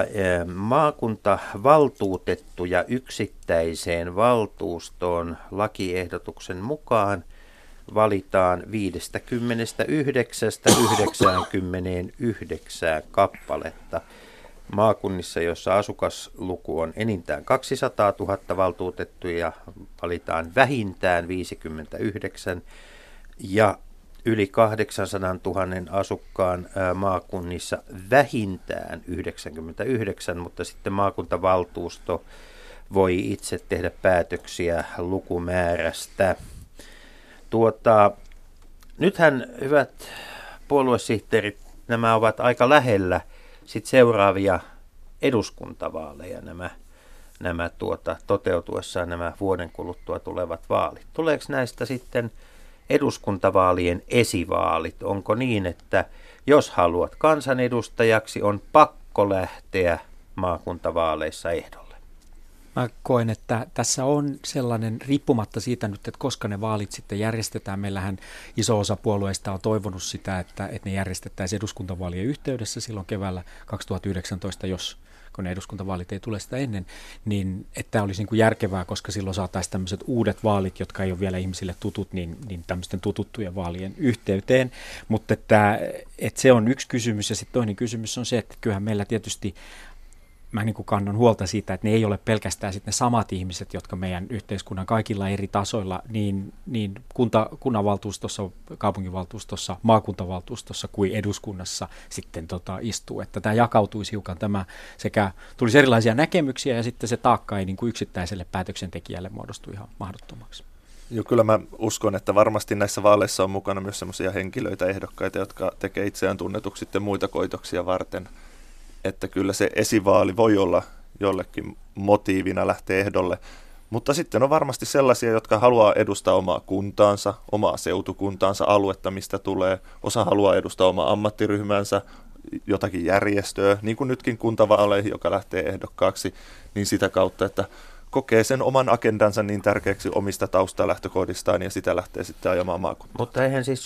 maakuntavaltuutettuja yksittäiseen valtuustoon lakiehdotuksen mukaan valitaan viisikymmentäyhdeksän yhdeksänkymmentäyhdeksän kappaletta. Maakunnissa, joissa asukasluku on enintään kaksisataatuhatta valtuutettuja, valitaan vähintään viisikymmentäyhdeksän ja yli kahdeksansadantuhatta asukkaan maakunnissa vähintään yhdeksänkymmentäyhdeksän, mutta sitten maakuntavaltuusto voi itse tehdä päätöksiä lukumäärästä. Tuota, nythän, hyvät puoluesihteerit, nämä ovat aika lähellä sit seuraavia eduskuntavaaleja, nämä, nämä tuota, toteutuessaan nämä vuoden kuluttua tulevat vaalit. Tuleeko näistä sitten eduskuntavaalien esivaalit? Onko niin, että jos haluat kansanedustajaksi, on pakko lähteä maakuntavaaleissa ehdolle? Mä koen, että tässä on sellainen, riippumatta siitä nyt, että koska ne vaalit sitten järjestetään, meillähän iso osa puolueista on toivonut sitä, että, että ne järjestettäisiin eduskuntavaalien yhteydessä silloin keväällä kaksituhattayhdeksäntoista, jos kun ne eduskuntavaalit ei tule sitä ennen, niin että tämä olisi niin kuin järkevää, koska silloin saataisiin tämmöiset uudet vaalit, jotka ei ole vielä ihmisille tutut, niin, niin tämmöisten tututtujen vaalien yhteyteen. Mutta että, että se on yksi kysymys, ja sitten toinen kysymys on se, että kyllähän meillä tietysti mä niin kuin kannan huolta siitä, että ne ei ole pelkästään sitten ne samat ihmiset, jotka meidän yhteiskunnan kaikilla eri tasoilla, niin, niin kunta, kunnanvaltuustossa, kaupunginvaltuustossa, maakuntavaltuustossa kuin eduskunnassa sitten tota, istuu. Että tämä jakautuisi hiukan tämä, sekä tulisi erilaisia näkemyksiä ja sitten se taakka ei niin kuin yksittäiselle päätöksentekijälle muodostu ihan mahdottomaksi. Joo, kyllä mä uskon, että varmasti näissä vaaleissa on mukana myös sellaisia henkilöitä, ehdokkaita, jotka tekee itseään tunnetuksi sitten muita koitoksia varten. Että kyllä se esivaali voi olla jollekin motiivina lähteä ehdolle, mutta sitten on varmasti sellaisia, jotka haluaa edustaa omaa kuntaansa, omaa seutukuntaansa, aluetta, mistä tulee. Osa haluaa edustaa omaa ammattiryhmänsä, jotakin järjestöä, niin kuin nytkin kuntavaaleihin, joka lähtee ehdokkaaksi, niin sitä kautta, että kokee sen oman agendansa niin tärkeäksi omista taustalähtökohdistaan ja sitä lähtee sitten ajamaan maakuntaa. Mutta eihän siis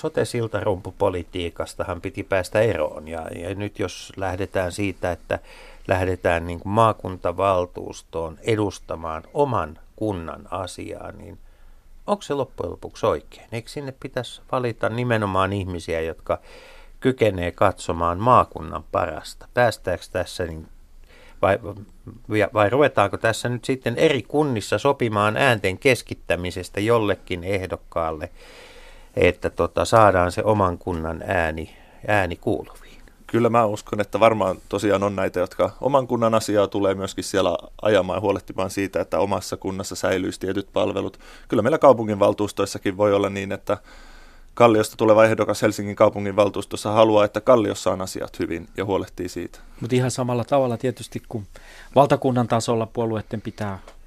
sote-siltarumpupolitiikastahan piti päästä eroon ja, ja nyt jos lähdetään siitä, että lähdetään niin kuin maakuntavaltuustoon edustamaan oman kunnan asiaa, niin onko se loppujen lopuksi oikein? Eikö sinne pitäisi valita nimenomaan ihmisiä, jotka kykenee katsomaan maakunnan parasta? Päästäänkö tässä niin Vai, vai ruvetaanko tässä nyt sitten eri kunnissa sopimaan äänten keskittämisestä jollekin ehdokkaalle, että tota, saadaan se oman kunnan ääni, ääni kuuluviin? Kyllä mä uskon, että varmaan tosiaan on näitä, jotka oman kunnan asiaa tulee myöskin siellä ajamaan ja huolehtimaan siitä, että omassa kunnassa säilyisi tietyt palvelut. Kyllä meillä kaupunginvaltuustoissakin voi olla niin, että Kalliosta tuleva ehdokas Helsingin kaupunginvaltuustossa haluaa, että Kalliossa on asiat hyvin ja huolehtii siitä. Mutta ihan samalla tavalla tietysti, kun valtakunnan tasolla puolueiden pitää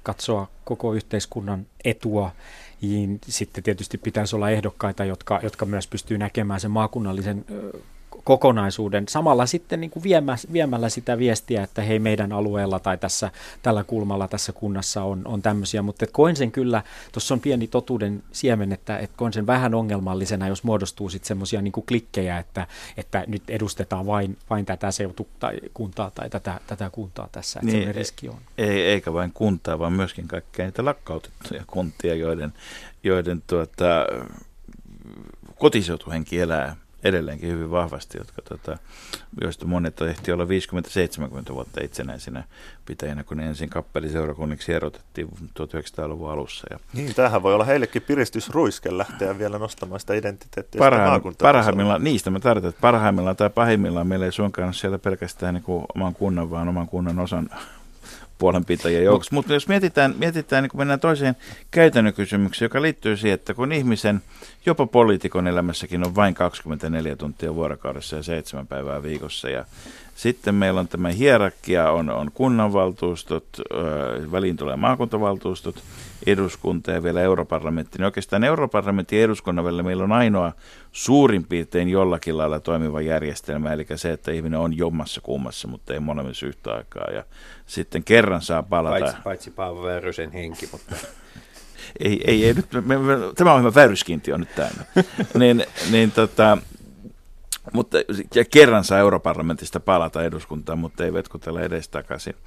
katsoa koko yhteiskunnan etua, niin sitten tietysti pitäisi olla ehdokkaita, jotka, jotka myös pystyy näkemään sen maakunnallisen ö, kokonaisuuden. Samalla sitten niin kuin viemä, viemällä sitä viestiä, että hei, meidän alueella tai tässä, tällä kulmalla tässä kunnassa on, on tämmöisiä, mutta koen sen kyllä, tuossa on pieni totuuden siemen, että, että koen sen vähän ongelmallisena, jos muodostuu sitten semmoisia niin kuin klikkejä, että, että nyt edustetaan vain, vain tätä seutu- tai kuntaa tai tätä, tätä kuntaa tässä, että niin, semmoinen riski on. Ei, eikä vain kuntaa, vaan myöskin kaikkia niitä lakkautettuja kuntia, joiden, joiden tuota, kotiseutuhenki elää edelleenkin hyvin vahvasti, jotka, tota, joista monet ehti olla viisikymmentä seitsemänkymmentä vuotta itsenäisinä pitäjänä, kun ne ensin kappeliseurakunniksi erotettiin tuhatyhdeksänsataaluvun alussa. Ja niin, tämähän voi olla heillekin piristysruiske lähteä vielä nostamaan sitä identiteettiä. Parhaim, parhaimmillaan, niistä me tarvitaan, että parhaimmillaan tai pahimmillaan meillä ei suinkaan ole siellä pelkästään niin kuin oman kunnan, vaan oman kunnan osan puolenpitäjien joukossa. Mutta jos mietitään, mietitään niin kun mennään toiseen käytännön kysymykseen, joka liittyy siihen, että kun ihmisen, jopa poliitikon elämässäkin on vain kaksikymmentäneljä tuntia vuorokaudessa ja seitsemän päivää viikossa, ja sitten meillä on tämä hierarkia, on, on kunnanvaltuustot, ö, väliin tulee maakuntavaltuustot, eduskunta ja vielä europarlamentti. Niin oikeastaan europarlamentin ja eduskunnan välillä meillä on ainoa suurin piirtein jollakin lailla toimiva järjestelmä, eli se, että ihminen on jommassa kummassa, mutta ei molemmissa yhtä aikaa. Ja sitten kerran saa palata. Paitsi, paitsi Paavo Väyrysen henki, mutta ei, ei, ei nyt, me, me, tämä on hyvä Väyryskiinti on nyt täynnä. niin, niin tota, mutta ja kerran saa europarlamentista palata eduskuntaan, mutta ei vetkutella edes takaisin.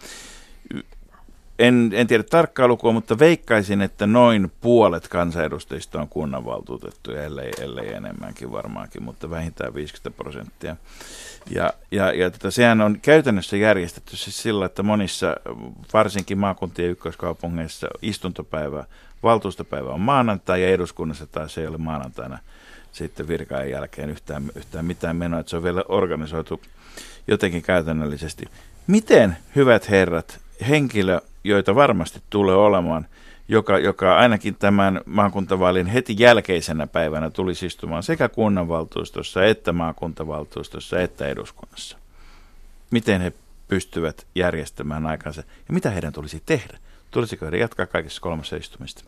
En, en tiedä tarkkaa lukua, mutta veikkaisin, että noin puolet kansanedustajista on kunnanvaltuutettuja, ellei, ellei enemmänkin varmaankin, mutta vähintään viisikymmentä prosenttia. Ja, ja, ja tota, sehän on käytännössä järjestetty siis sillä, että monissa, varsinkin maakuntien ykköskaupungeissa, istuntopäivä, valtuustopäivä on maanantai ja eduskunnassa taas ei ole maanantaina sitten virkaen jälkeen yhtään, yhtään mitään menoa, että se on vielä organisoitu jotenkin käytännöllisesti. Miten, hyvät herrat, henkilö, joita varmasti tulee olemaan, joka, joka ainakin tämän maakuntavaalin heti jälkeisenä päivänä tulisi istumaan sekä kunnanvaltuustossa, että maakuntavaltuustossa, että eduskunnassa. Miten he pystyvät järjestämään aikansa ja mitä heidän tulisi tehdä? Tulisiko heidän jatkaa kaikissa kolmessa istumista?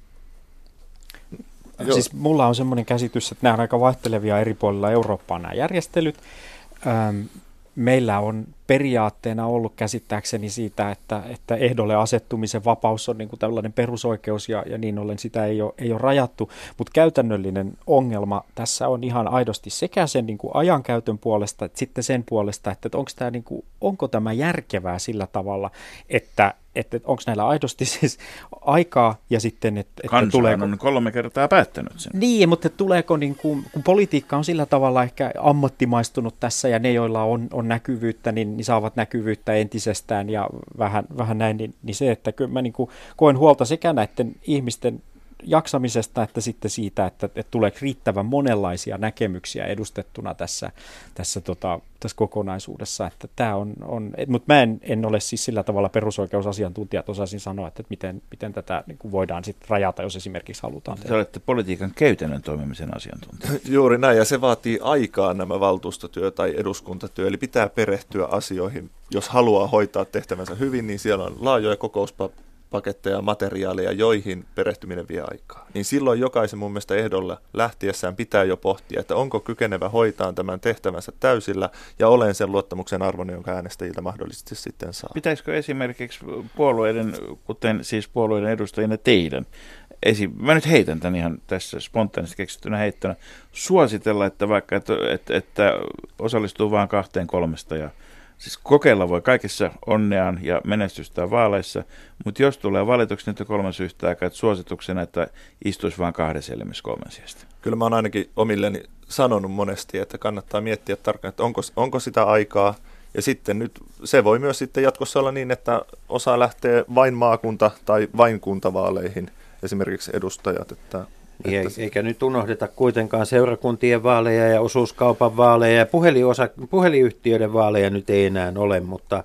Joo. Siis mulla on semmoinen käsitys, että nämä on aika vaihtelevia eri puolilla Eurooppaa nämä järjestelyt. Ähm, meillä on periaatteena ollut käsittääkseni siitä, että, että ehdolle asettumisen vapaus on niin kuin tällainen perusoikeus ja, ja niin ollen sitä ei ole, ei ole rajattu, mutta käytännöllinen ongelma tässä on ihan aidosti sekä sen niin kuin ajankäytön puolesta että sitten sen puolesta, että, että onko tämä, niin kuin, onko tämä järkevää sillä tavalla, että että onko näillä aidosti siis aikaa ja sitten, että, että tuleeko on kolme kertaa päättänyt sen. Niin, mutta tuleeko, niin kuin, kun politiikka on sillä tavalla ehkä ammattimaistunut tässä ja ne, joilla on, on näkyvyyttä, niin, niin saavat näkyvyyttä entisestään ja vähän, vähän näin, niin, niin se, että kyllä mä niin kuin koen huolta sekä näiden ihmisten jaksamisesta että sitten siitä, että, että tulee riittävän monenlaisia näkemyksiä edustettuna tässä, tässä, tota, tässä kokonaisuudessa. Että tämä on, on, mutta mä en, en ole siis sillä tavalla perusoikeusasiantuntija, että osaisin sanoa, että miten, miten tätä niin kuin voidaan sitten rajata, jos esimerkiksi halutaan tehdä. Te olette politiikan käytännön toimimisen asiantuntija. Juuri näin, ja se vaatii aikaa nämä valtuustotyö tai eduskuntatyö, eli pitää perehtyä asioihin. Jos haluaa hoitaa tehtävänsä hyvin, niin siellä on laajoja kokouspapereita, paketteja ja materiaaleja, joihin perehtyminen vie aikaa. Niin silloin jokaisen mun mielestä ehdolla lähtiessään pitää jo pohtia, että onko kykenevä hoitaa tämän tehtävänsä täysillä ja olen sen luottamuksen arvon, jonka äänestäjiltä mahdollisesti sitten saa. Pitäisikö esimerkiksi puolueiden, kuten siis puolueiden edustajina teidän, esi- mä nyt heitän tämän ihan tässä spontaanisti keksittynä heittona, suositella, että vaikka että, että, että osallistuu vain kahteen kolmesta ja siis kokeilla voi kaikissa onneaan ja menestystä vaaleissa, mutta jos tulee valituksi nyt kolmas yhtä aikaa, että suosituksena, että istuisi vain kahdessa elimessä kolmen sijasta. Kyllä mä oon ainakin omilleni sanonut monesti, että kannattaa miettiä tarkkaan, että onko, onko sitä aikaa. Ja sitten nyt se voi myös sitten jatkossa olla niin, että osa lähtee vain maakunta- tai vain kuntavaaleihin, esimerkiksi edustajat. Että, että eikä nyt unohdeta kuitenkaan seurakuntien vaaleja ja osuuskaupan vaaleja ja puhelinosa, puhelinyhtiöiden vaaleja nyt ei enää ole, mutta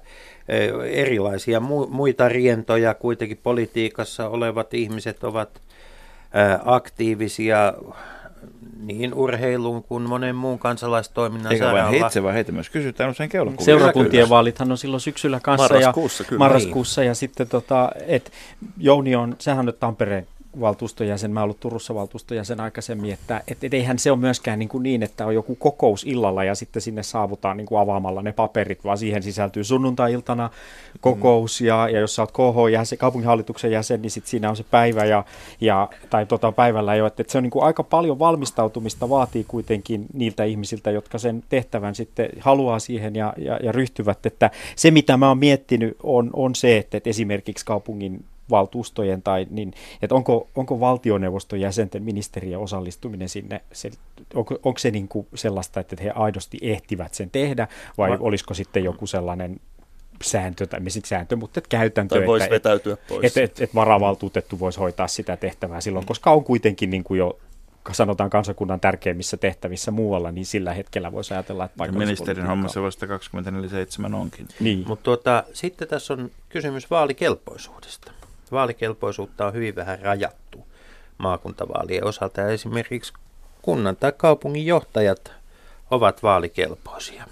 erilaisia muita rientoja kuitenkin politiikassa olevat ihmiset ovat aktiivisia niin urheilun kuin monen muun kansalaistoiminnan eikä saralla. vain heitse, vaan heitä myös kysytään usein keulakuvia. Seurakuntien vaalithan on silloin syksyllä kanssa marraskuussa, ja kyllä. marraskuussa ja sitten tota, et Jouni on, sehän on nyt Tampereen valtuuston jäsen, mä oon ollut Turussa valtuuston jäsen aikaisemmin, että et, et eihän se ole myöskään niin, kuin niin, että on joku kokous illalla ja sitten sinne saavutaan niin kuin avaamalla ne paperit, vaan siihen sisältyy sunnuntai-iltana kokous ja, ja jos sä oot K H-jäsen, kaupunginhallituksen jäsen, niin sitten siinä on se päivä ja, ja tai tota päivällä jo, että et se on niin kuin aika paljon valmistautumista vaatii kuitenkin niiltä ihmisiltä, jotka sen tehtävän sitten haluaa siihen ja, ja, ja ryhtyvät, että se mitä mä oon miettinyt on, on se, että, että esimerkiksi kaupungin valtuustojen tai niin, että onko, onko valtioneuvoston jäsenten ministerien osallistuminen sinne, se, onko, onko se niin kuin sellaista, että he aidosti ehtivät sen tehdä vai Va- olisiko sitten joku sellainen sääntö, tai sitten sääntö, mutta et käytäntö, tai voisi että vetäytyä pois. Että et, et varavaltuutettu voisi hoitaa sitä tehtävää silloin, koska on kuitenkin niin kuin jo sanotaan kansakunnan tärkeimmissä tehtävissä muualla, niin sillä hetkellä voisi ajatella, että paikallispolitiikka ministerin hommassa vasta kaksikymmentäneljä seitsemän onkin. Niin. Mutta tuota, sitten tässä on kysymys vaalikelpoisuudesta. Vaalikelpoisuutta on hyvin vähän rajattu maakuntavaalien osalta ja esimerkiksi kunnan tai kaupungin johtajat ovat vaalikelpoisia.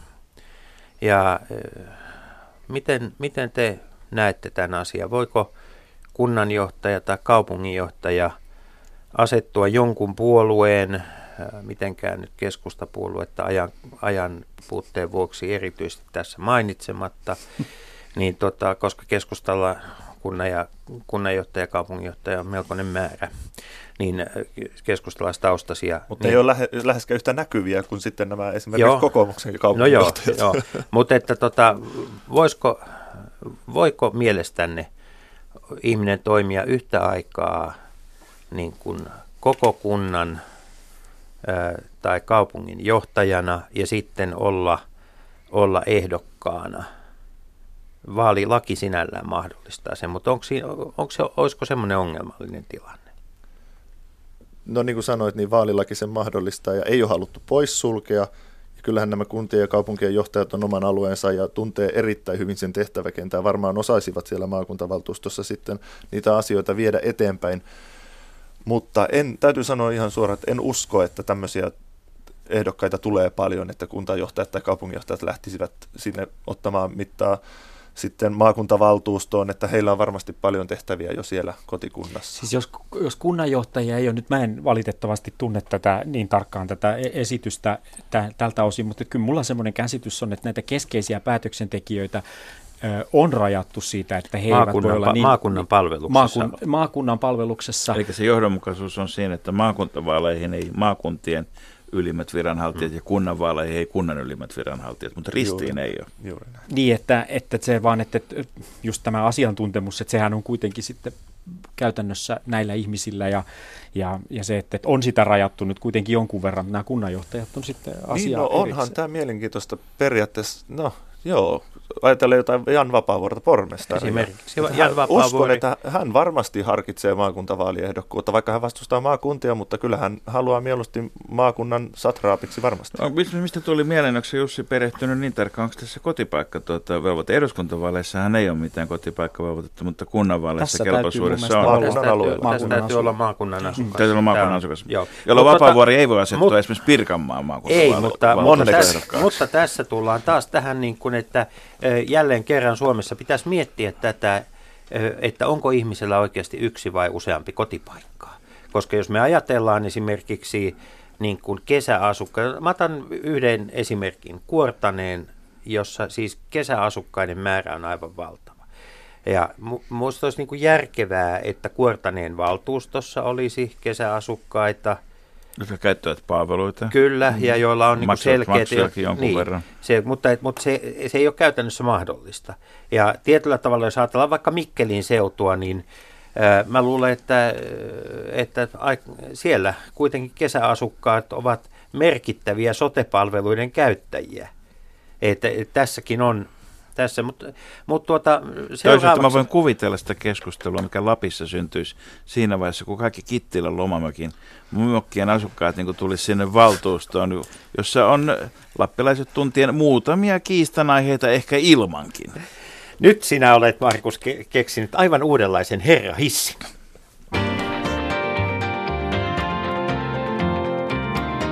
Ja äh, miten, miten te näette tämän asian? Voiko kunnanjohtaja tai kaupunginjohtaja asettua jonkun puolueen, äh, mitenkään nyt keskustapuoluetta ajan, ajan puutteen vuoksi erityisesti tässä mainitsematta, niin tota, koska keskustalla kunnan ja, kunnanjohtaja ja kaupunginjohtaja on melkoinen määrä, niin keskustalaistaustaisia. Mutta niin, ei ole lähe, läheskään yhtä näkyviä kuin sitten nämä esimerkiksi joo, kokoomuksen kaupunginjohtajat. No joo, joo. Mutta että tota, voisiko, voiko mielestänne ihminen toimia yhtä aikaa niin kuin koko kunnan ää, tai kaupungin johtajana ja sitten olla, olla ehdokkaana? Vaalilaki sinällään mahdollistaa sen, mutta onko, onko se, olisiko semmoinen ongelmallinen tilanne? No niin kuin sanoit, niin vaalilaki sen mahdollistaa ja ei ole haluttu poissulkea. Ja kyllähän nämä kuntien ja kaupunkien johtajat on oman alueensa ja tuntee erittäin hyvin sen tehtäväkentää. Varmaan osaisivat siellä maakuntavaltuustossa sitten niitä asioita viedä eteenpäin. Mutta en, täytyy sanoa ihan suoraan, että en usko, että tämmöisiä ehdokkaita tulee paljon, että kuntajohtajat tai kaupunginjohtajat lähtisivät sinne ottamaan mittaa sitten maakuntavaltuustoon, että heillä on varmasti paljon tehtäviä jo siellä kotikunnassa. Siis jos, jos kunnanjohtajia ei ole, nyt mä en valitettavasti tunne tätä niin tarkkaan tätä esitystä tä, tältä osin, mutta kyllä mulla semmoinen käsitys on, että näitä keskeisiä päätöksentekijöitä ö, on rajattu siitä, että he eivät voi olla niin, maakunnan palveluksessa. Maakun, maakunnan palveluksessa. Eli se johdonmukaisuus on siinä, että maakuntavaaleihin ei maakuntien ylimmät viranhaltijat mm. ja kunnanvaaleihin ei kunnan ylimmät viranhaltijat, mutta ristiin juuri, ei ole. Juuri näin. Niin, että, että se vaan, että just tämä asiantuntemus, että sehän on kuitenkin sitten käytännössä näillä ihmisillä ja, ja, ja se, että on sitä rajattu nyt kuitenkin jonkun verran, nämä kunnanjohtajat on sitten asiaa niin, no onhan erikseen. Tämä mielenkiintoista periaatteessa, no joo, ajatellaan jotain Jan Vapaavuorta pormestaria. Esimerkiksi Jan Vapaavuori. Uskon, että hän varmasti harkitsee maakuntavaaliehdokkuutta, vaikka hän vastustaa maakuntia, mutta kyllä hän haluaa mieluusti maakunnan satraapiksi varmasti. No, mistä tuli mieleen, onko se Jussi perehtynyt niin tarkkaan, onko tässä kotipaikka tuota, velvoite? Eduskuntavaaleissa hän ei ole mitään kotipaikkavelvoitetta, mutta kunnanvaaleissa kelpoisuudessa on. Maakunnan alueella. Tässä täytyy olla maakunnan asukas. Täytyy olla maakunnan asukas, jolloin Vapaavuori ei voi asettua mut, esimerkiksi Pirkanmaan maakuntavaaleissa. Ei, mutta, mutta, tässä, mutta tässä tullaan taas tähän niin kuin, että jälleen kerran Suomessa pitäisi miettiä tätä, että onko ihmisellä oikeasti yksi vai useampi kotipaikkaa. Koska jos me ajatellaan esimerkiksi niin kuin kesäasukkaita, mä otan yhden esimerkin, Kuortaneen, jossa siis kesäasukkaiden määrä on aivan valtava. Ja minusta olisi niin kuin järkevää, että Kuortaneen valtuustossa olisi kesäasukkaita, jotka käyttävät palveluita. Kyllä, ja joilla on niin selkeät... jonkun niin, verran. Se, mutta mutta se, se ei ole käytännössä mahdollista. Ja tietyllä tavalla, jos ajatellaan vaikka Mikkelin seutua, niin ää, mä luulen, että, että a, siellä kuitenkin kesäasukkaat ovat merkittäviä sote-palveluiden käyttäjiä. Että et tässäkin on... Tässä, mutta, mutta tuota, toisaalta mä voin kuvitella sitä keskustelua, mikä Lapissa syntyisi siinä vaiheessa, kun kaikki Kittilän lomamökin mökkien asukkaat niin tulisi sinne valtuustoon, jossa on lappilaiset tuntien muutamia kiistanaiheita ehkä ilmankin. Nyt sinä olet, Markus, ke- keksinyt aivan uudenlaisen herrahissin.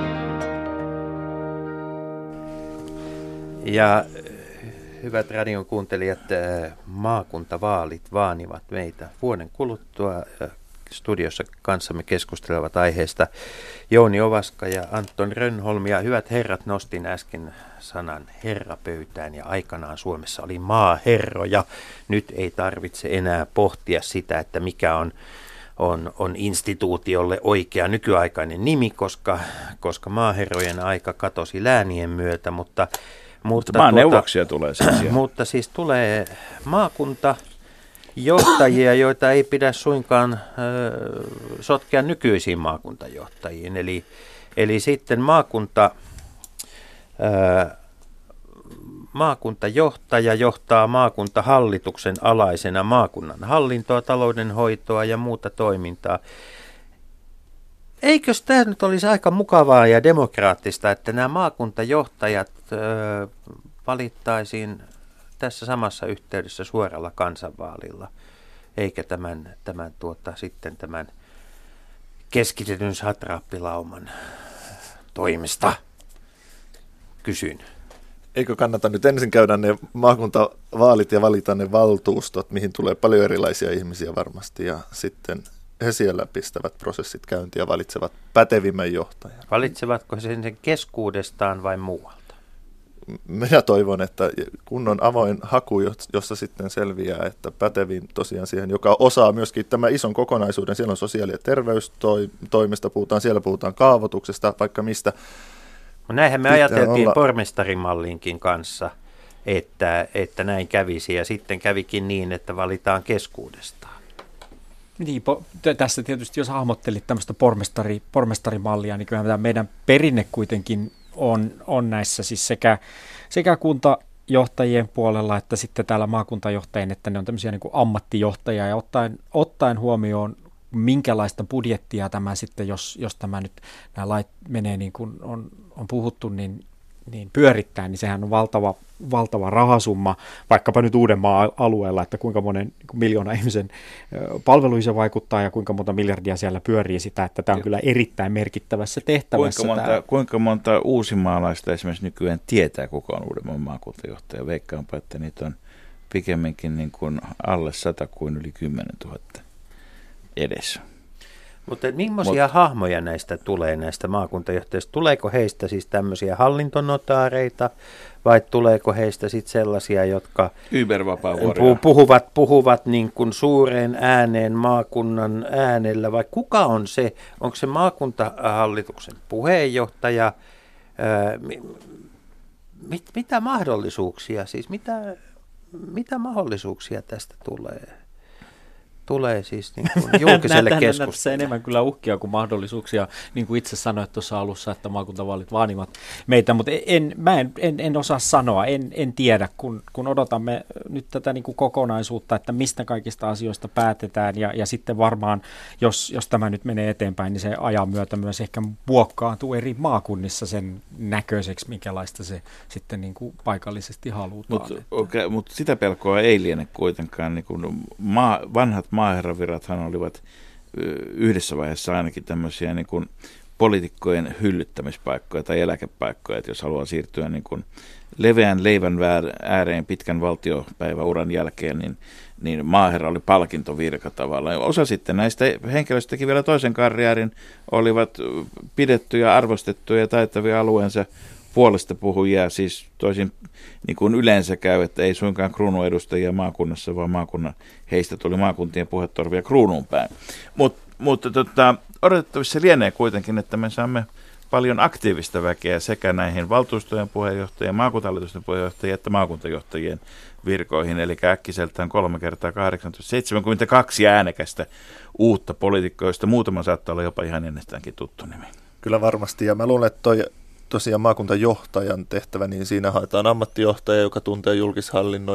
Ja hyvät radion kuuntelijat, maakuntavaalit vaanivat meitä. Vuoden kuluttua studiossa kanssamme keskustelevat aiheesta Jouni Ovaska ja Anton Rönnholm. Ja hyvät herrat, nostin äsken sanan herra pöytään ja aikanaan Suomessa oli maaherroja. Nyt ei tarvitse enää pohtia sitä, että mikä on, on, on instituutiolle oikea nykyaikainen nimi, koska, koska maaherrojen aika katosi läänien myötä, mutta Mutta maaneuvoksia tuota, tulee siis. Mutta siis tulee maakuntajohtajia, joita ei pidä suinkaan ö, sotkea nykyisiin maakuntajohtajiin. Eli, eli sitten maakunta, ö, maakuntajohtaja johtaa maakuntahallituksen alaisena maakunnan hallintoa, taloudenhoitoa ja muuta toimintaa. Eikös tämä nyt olisi aika mukavaa ja demokraattista, että nämä maakuntajohtajat ö, valittaisiin tässä samassa yhteydessä suoralla kansanvaalilla, eikä tämän, tämän, tuota, sitten tämän keskitetyn satraappilauman toimesta? Kysyn. Eikö kannata nyt ensin käydä ne maakuntavaalit ja valita ne valtuustot, mihin tulee paljon erilaisia ihmisiä varmasti, ja sitten he siellä pistävät prosessit käyntiin ja valitsevat pätevimmän johtajan. Valitsevatko sen sen keskuudestaan vai muualta? Minä toivon, että kun on avoin haku, jossa sitten selviää, että pätevin tosiaan siihen, joka osaa myöskin tämän ison kokonaisuuden, siellä on sosiaali- ja terveystoimesta, puhutaan, siellä puhutaan kaavoituksesta, vaikka mistä. No näinhän me ajateltiin olla pormestarimallinkin kanssa, että, että näin kävisi, ja sitten kävikin niin, että valitaan keskuudestaan. Niin, po, tässä tietysti jos hahmottelit tämmöistä pormestari, pormestarimallia, niin kyllähän tämä meidän perinne kuitenkin on, on näissä siis sekä, sekä kuntajohtajien puolella että sitten täällä maakuntajohtajien, että ne on tämmöisiä niin kuin ammattijohtajia, ja ottaen, ottaen huomioon, minkälaista budjettia tämä sitten, jos, jos tämä nyt nämä lait menee niin kuin on, on puhuttu, niin, niin pyörittää, niin sehän on valtava, valtava rahasumma, vaikkapa nyt Uudenmaan alueella, että kuinka monen niin miljoona ihmisen palveluihin se vaikuttaa ja kuinka monta miljardia siellä pyörii sitä, että tämä on kyllä erittäin merkittävässä tehtävässä. Kuinka monta, kuinka monta uusimaalaista esimerkiksi nykyään tietää, kuka on Uudenmaan maakuntajohtaja? Veikkaanpa, että niitä on pikemminkin niin kuin alle sata kuin yli kymmenen tuhatta edessä. Mutta millaisia Mut, hahmoja näistä tulee, näistä maakuntajohtajista? Tuleeko heistä siis tämmöisiä hallintonotaareita vai tuleeko heistä sitten sellaisia, jotka puhuvat, puhuvat niin kuin suureen ääneen maakunnan äänellä, vai kuka on se? Onko se maakuntahallituksen puheenjohtaja? Mit, mitä mahdollisuuksia, siis mitä, mitä mahdollisuuksia tästä tulee? Tulee siis niin kuin julkiselle keskustelulle. Tässä enemmän kyllä uhkia kuin mahdollisuuksia, niin kuin itse sanoit tuossa alussa, että maakuntavaalit vaanivat meitä, mutta en, mä en, en, en osaa sanoa, en, en tiedä, kun, kun odotamme nyt tätä niin kuin kokonaisuutta, että mistä kaikista asioista päätetään, ja, ja sitten varmaan, jos, jos tämä nyt menee eteenpäin, niin se ajan myötä myös ehkä muokkaantuu eri maakunnissa sen näköiseksi, minkälaista se sitten niin kuin paikallisesti halutaan. Mutta okay, mut sitä pelkoa ei liene kuitenkaan, niin kuin maa, vanhat maaherravirathan olivat yhdessä vaiheessa ainakin tämmöisiä niin kuin poliitikkojen hyllyttämispaikkoja tai eläkepaikkoja, että jos haluaa siirtyä niin kuin leveän leivän ääreen pitkän valtiopäiväuran jälkeen, niin, niin maaherra oli palkintovirka tavallaan. Osa sitten näistä henkilöistä teki vielä toisen karjäärin, olivat pidettyjä, arvostettuja ja taitavia alueensa puolesta puhujia, siis toisin niin kuin yleensä käy, että ei suinkaan kruunuedustajia maakunnassa, vaan maakunnan, heistä tuli maakuntien puhetorvia kruunuun päin. Mut, mutta tota, odotettavissa lienee kuitenkin, että me saamme paljon aktiivista väkeä sekä näihin valtuustojen puheenjohtajien, maakuntahallitusten puheenjohtajien että maakuntajohtajien virkoihin, eli äkkiseltään kolme kertaa kahdeksantoista, seitsemänkymmentäkaksi äänekästä uutta poliitikkoa, joista muutama saattaa olla jopa ihan ennestäänkin tuttu nimi. Kyllä varmasti, ja mä luulen, että toi tosiaan maakuntajohtajan tehtävä, niin siinä haetaan ammattijohtaja, joka tuntee julkishallinnon ja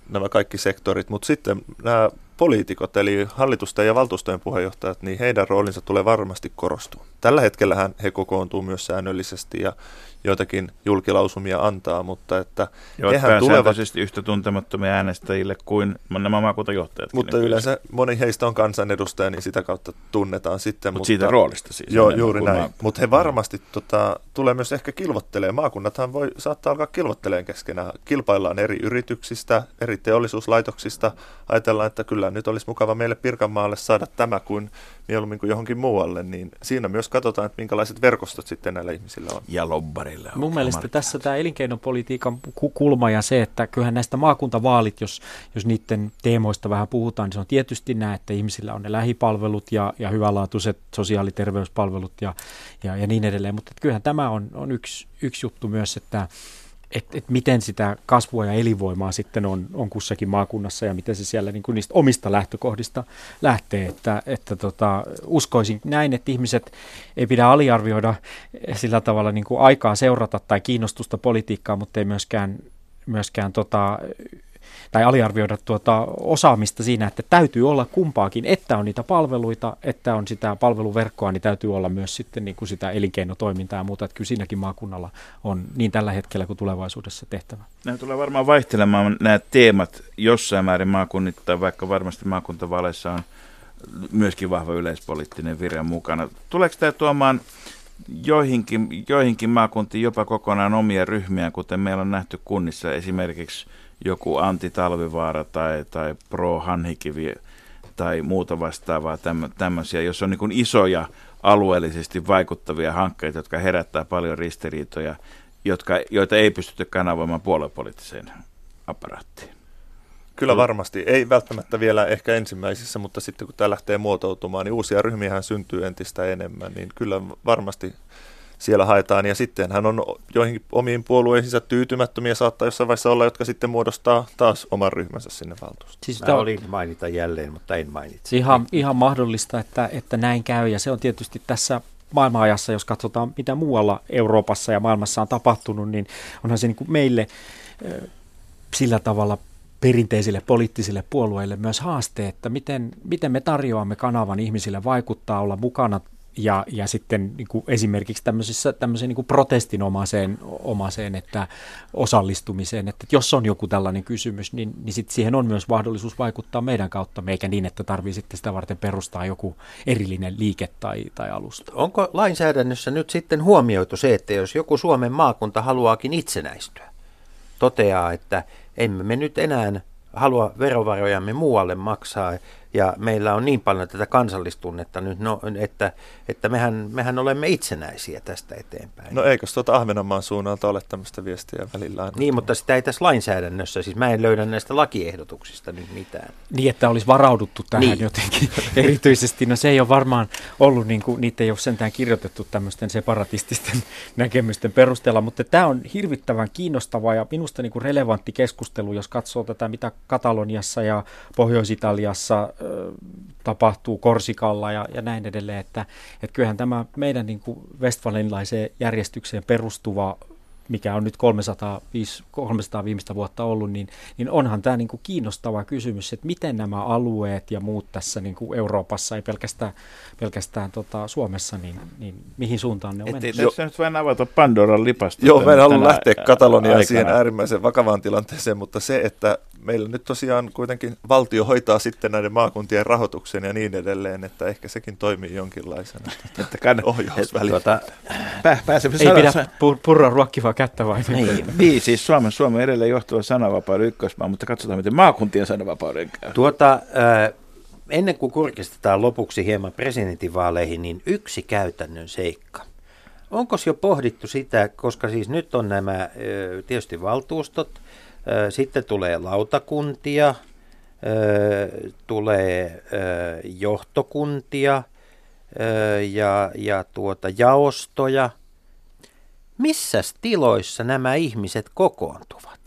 nämä kaikki sektorit, mutta sitten nämä poliitikot, eli hallitusten ja valtuustojen puheenjohtajat, niin heidän roolinsa tulee varmasti korostua. Tällä hetkellähän he kokoontuu myös säännöllisesti ja joitakin julkilausumia antaa, mutta että hehän tulevat yhtä tuntemattomia äänestäjille kuin nämä maakuntajohtajat. Mutta yleensä moni heistä on kansanedustaja, niin sitä kautta tunnetaan sitten. Mut mutta siitä roolista siis. Joo, juuri näin. Mutta he varmasti tota, tulee myös ehkä kilvottelemaan. Maakunnathan voi saattaa alkaa kilvottelemaan keskenään. Kilpaillaan eri yrityksistä, eri teollisuuslaitoksista. Ajatellaan, että kyllä nyt olisi mukava meille Pirkanmaalle saada tämä kuin mieluummin kuin johonkin muualle. Niin siinä myös katsotaan, että minkälaiset verkostot sitten näillä ihmisillä on. Ja lobbarilla. Mun mielestä tässä tämä elinkeinopolitiikan kulma ja se, että kyllähän näistä maakuntavaalit, jos, jos niiden teemoista vähän puhutaan, niin se on tietysti nämä, että ihmisillä on ne lähipalvelut ja, ja hyvänlaatuiset sosiaali- ja terveyspalvelut ja, ja, ja niin edelleen. Mutta kyllähän tämä on, on yksi, yksi juttu myös, että että et miten sitä kasvua ja elinvoimaa sitten on, on kussakin maakunnassa ja miten se siellä niin kuin niistä omista lähtökohdista lähtee. Että, että tota, uskoisin näin, että ihmiset ei pidä aliarvioida sillä tavalla niin kuin aikaa seurata tai kiinnostusta politiikkaa, mutta ei myöskään, myöskään tota, tai aliarvioida tuota osaamista siinä, että täytyy olla kumpaakin, että on niitä palveluita, että on sitä palveluverkkoa, niin täytyy olla myös sitten niin kuin sitä elinkeinotoimintaa ja muuta, että kyllä siinäkin maakunnalla on niin tällä hetkellä kuin tulevaisuudessa tehtävä. Nämä tulee varmaan vaihtelemaan nämä teemat jossain määrin maakunnittain, vaikka varmasti maakuntavaaleissa on myöskin vahva yleispoliittinen vire mukana. Tuleeko tämä tuomaan joihinkin, joihinkin maakuntiin jopa kokonaan omia ryhmiä, kuten meillä on nähty kunnissa esimerkiksi joku Antti Talvivaara tai, tai Pro Hanhikivi tai muuta vastaavaa tämmöisiä, jos on niin kuin isoja alueellisesti vaikuttavia hankkeita, jotka herättää paljon ristiriitoja, jotka, joita ei pystytä kanavoimaan puoluepoliittiseen aparaattiin. Kyllä varmasti. Ei välttämättä vielä ehkä ensimmäisissä, mutta sitten kun tämä lähtee muotoutumaan, niin uusia ryhmiähän syntyy entistä enemmän, niin kyllä varmasti siellä haetaan, ja sitten hän on joihinkin omiin puolueisiinsa tyytymättömiä, saattaa jossain vaiheessa olla, jotka sitten muodostaa taas oman ryhmänsä sinne valtuustoon. Siis Mä olin mainita jälleen, mutta en mainitse. Ihan, ihan mahdollista, että, että näin käy, ja se on tietysti tässä maailmanajassa, jos katsotaan mitä muualla Euroopassa ja maailmassa on tapahtunut, niin onhan se niin kuin meille sillä tavalla perinteisille poliittisille puolueille myös haaste, että miten, miten me tarjoamme kanavan ihmisille vaikuttaa, olla mukana ja, ja sitten niin kuin esimerkiksi tämmöisessä, tämmöiseen niin kuin protestinomaiseen omaiseen, että osallistumiseen, että jos on joku tällainen kysymys, niin, niin sitten siihen on myös mahdollisuus vaikuttaa meidän kautta, eikä niin, että tarvii sitten sitä varten perustaa joku erillinen liike tai, tai alusta. Onko lainsäädännössä nyt sitten huomioitu se, että jos joku Suomen maakunta haluaakin itsenäistyä, toteaa, että emme me nyt enää halua verovarojamme muualle maksaa ja meillä on niin paljon tätä kansallistunnetta nyt, no, että, että mehän, mehän olemme itsenäisiä tästä eteenpäin. No eikös tuota Ahvenanmaan suunnalta ole tämmöistä viestiä välillä aina? Niin, mutta sitä ei tässä lainsäädännössä, siis mä en löydä näistä lakiehdotuksista nyt mitään. Niin, että olisi varauduttu tähän niin. Jotenkin erityisesti. No se ei ole varmaan ollut, niin kuin, niitä ei ole sentään kirjoitettu tämmöisten separatististen näkemysten perusteella, mutta tämä on hirvittävän kiinnostava ja minusta niin kuin relevantti keskustelu, jos katsoo tätä, mitä Kataloniassa ja Pohjois-Italiassa tapahtuu, Korsikalla ja, ja näin edelleen, että, että kyllähän tämä meidän niin kuin westfalenilaiseen järjestykseen perustuva, mikä on nyt kolmesataa viimeistä vuotta ollut, niin, niin onhan tämä niin kuin kiinnostava kysymys, että miten nämä alueet ja muut tässä niin kuin Euroopassa, ei pelkästään, pelkästään tota Suomessa, niin, niin mihin suuntaan ne on mennyt. Ettei tässä nyt vain avata Pandoran lipasta. Joo, mä en halua lähteä Kataloniaan siihen äärimmäisen vakavaan tilanteeseen, mutta se, että meillä nyt tosiaan kuitenkin valtio hoitaa sitten näiden maakuntien rahoituksen ja niin edelleen, että ehkä sekin toimii jonkinlaisena ohjausvälineenä. Tuota, pä, ei pidä pur- purra ruokkivaa kättä vain. Niin, niin, siis Suomen, Suomen edelleen johtuva sananvapauden ykkösmaa, mutta katsotaan, miten maakuntien sananvapauden käy. Tuota, äh, ennen kuin kurkistetaan lopuksi hieman presidentinvaaleihin, niin yksi käytännön seikka. Onko jo pohdittu sitä, koska siis nyt on nämä äh, tietysti valtuustot, sitten tulee lautakuntia, tulee johtokuntia ja, ja tuota jaostoja. Missäs tiloissa nämä ihmiset kokoontuvat?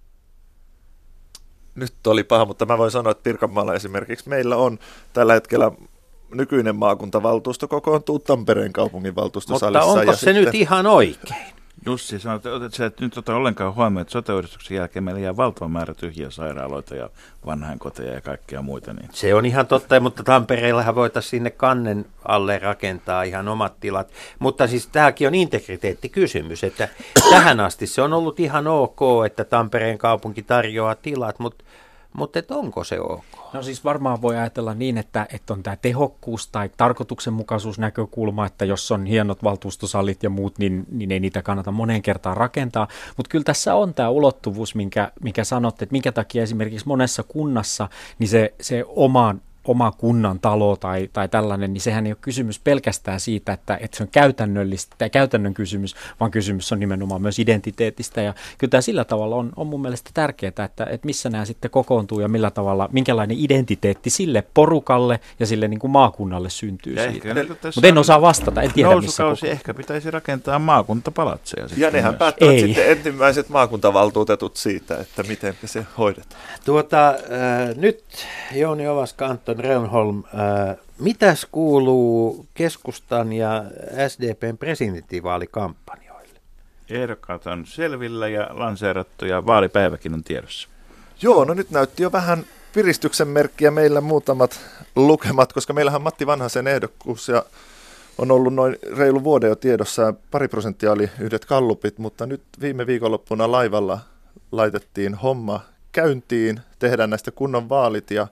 Nyt oli paha, mutta mä voin sanoa, että Pirkanmaalla esimerkiksi meillä on tällä hetkellä nykyinen maakuntavaltuusto kokoontuu Tampereen kaupunginvaltuustosalissa. Mutta onko ja se sitten nyt ihan oikein? Jussi, sanoit, että sä et nyt ota ollenkaan huomioon, että sote-uudistuksen jälkeen meillä jää valtava määrä tyhjiä sairaaloita ja vanhainkoteja ja kaikkea muita. Niin. Se on ihan totta, mutta Tampereellahan voitaisiin sinne kannen alle rakentaa ihan omat tilat. Mutta siis tämäkin on integriteettikysymys, että tähän asti se on ollut ihan ok, että Tampereen kaupunki tarjoaa tilat, mutta, mutta et onko se ok? No siis varmaan voi ajatella niin, että, että on tämä tehokkuus tai tarkoituksenmukaisuusnäkökulma, että jos on hienot valtuustosallit ja muut, niin, niin ei niitä kannata moneen kertaan rakentaa. Mutta kyllä tässä on tämä ulottuvuus, minkä, minkä sanotte, että minkä takia esimerkiksi monessa kunnassa niin se, se omaan oma kunnan talo tai, tai tällainen, niin sehän ei ole kysymys pelkästään siitä, että, että se on käytännöllistä tai käytännön kysymys, vaan kysymys on nimenomaan myös identiteetistä. Ja kyllä tämä sillä tavalla on, on mun mielestä tärkeää, että, että missä nämä sitten kokoontuu ja millä tavalla, minkälainen identiteetti sille porukalle ja sille niin kuin maakunnalle syntyy ja siitä. Mutta en osaa vastata, en tiedä missä nousukausi ehkä pitäisi rakentaa maakuntapalatseja. Ja nehän päättävät ei. Sitten ensimmäiset maakuntavaltuutetut siitä, että miten se hoidetaan. Tuota, äh, nyt Jouni Ovaska, Anton Rönnholm, äh, mitäs kuuluu keskustan ja S D P:n presidentinvaalikampanjoille? Ehdokkaat on selvillä ja lanseerattu ja vaalipäiväkin on tiedossa. Joo, no nyt näytti jo vähän piristyksen merkkiä meillä muutamat lukemat, koska meillähän Matti Vanhasen ehdokkuus ja on ollut noin reilu vuoden jo tiedossa ja pari prosenttia oli yhdet gallupit, mutta nyt viime viikonloppuna laivalla laitettiin homma käyntiin, tehdään näistä kunnon vaalit ja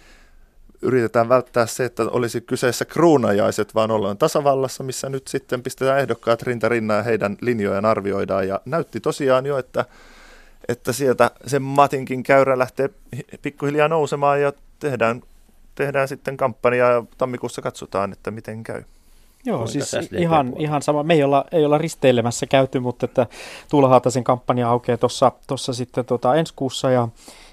yritetään välttää se, että olisi kyseessä kruunajaiset, vaan ollaan tasavallassa, missä nyt sitten pistetään ehdokkaat rinta rinnan ja heidän linjojaan arvioidaan. Ja näytti tosiaan jo, että, että sieltä sen Matinkin käyrä lähtee pikkuhiljaa nousemaan ja tehdään, tehdään sitten kampanjaa ja tammikuussa katsotaan, että miten käy. Joo, kuinka siis ihan, ihan sama. Me ei olla, ei olla risteilemässä käyty, mutta että Tuula Haataisen kampanja aukeaa tuossa sitten tota ensi kuussa ja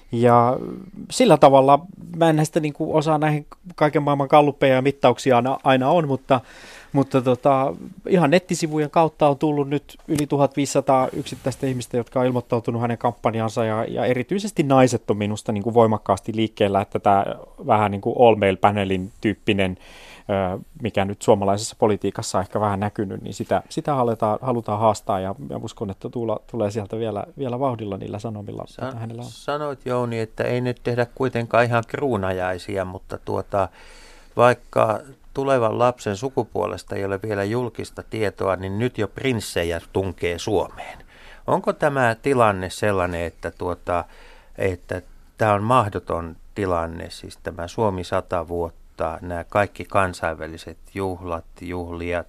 Ja sillä tavalla, mä en näistä niin kuin osaa näihin kaiken maailman galluppeja ja mittauksia aina, aina on, mutta, mutta tota, ihan nettisivujen kautta on tullut nyt yli tuhatviisisataa yksittäistä ihmistä, jotka on ilmoittautunut hänen kampanjansa ja, ja erityisesti naiset on minusta niin kuin voimakkaasti liikkeellä, että tämä vähän niin kuin all male panelin tyyppinen, mikä nyt suomalaisessa politiikassa on ehkä vähän näkynyt, niin sitä, sitä halutaan, halutaan haastaa ja, ja uskon, että Tuula tulee sieltä vielä, vielä vauhdilla niillä sanomilla, Sa- mitä hänellä on. Sanoit Jouni, että ei nyt tehdä kuitenkaan ihan kruunajaisia, mutta tuota, vaikka tulevan lapsen sukupuolesta ei ole vielä julkista tietoa, niin nyt jo prinssejä tunkee Suomeen. Onko tämä tilanne sellainen, että, tuota, että tämä on mahdoton tilanne, siis tämä Suomi sata vuotta, nämä kaikki kansainväliset juhlat, juhlijat,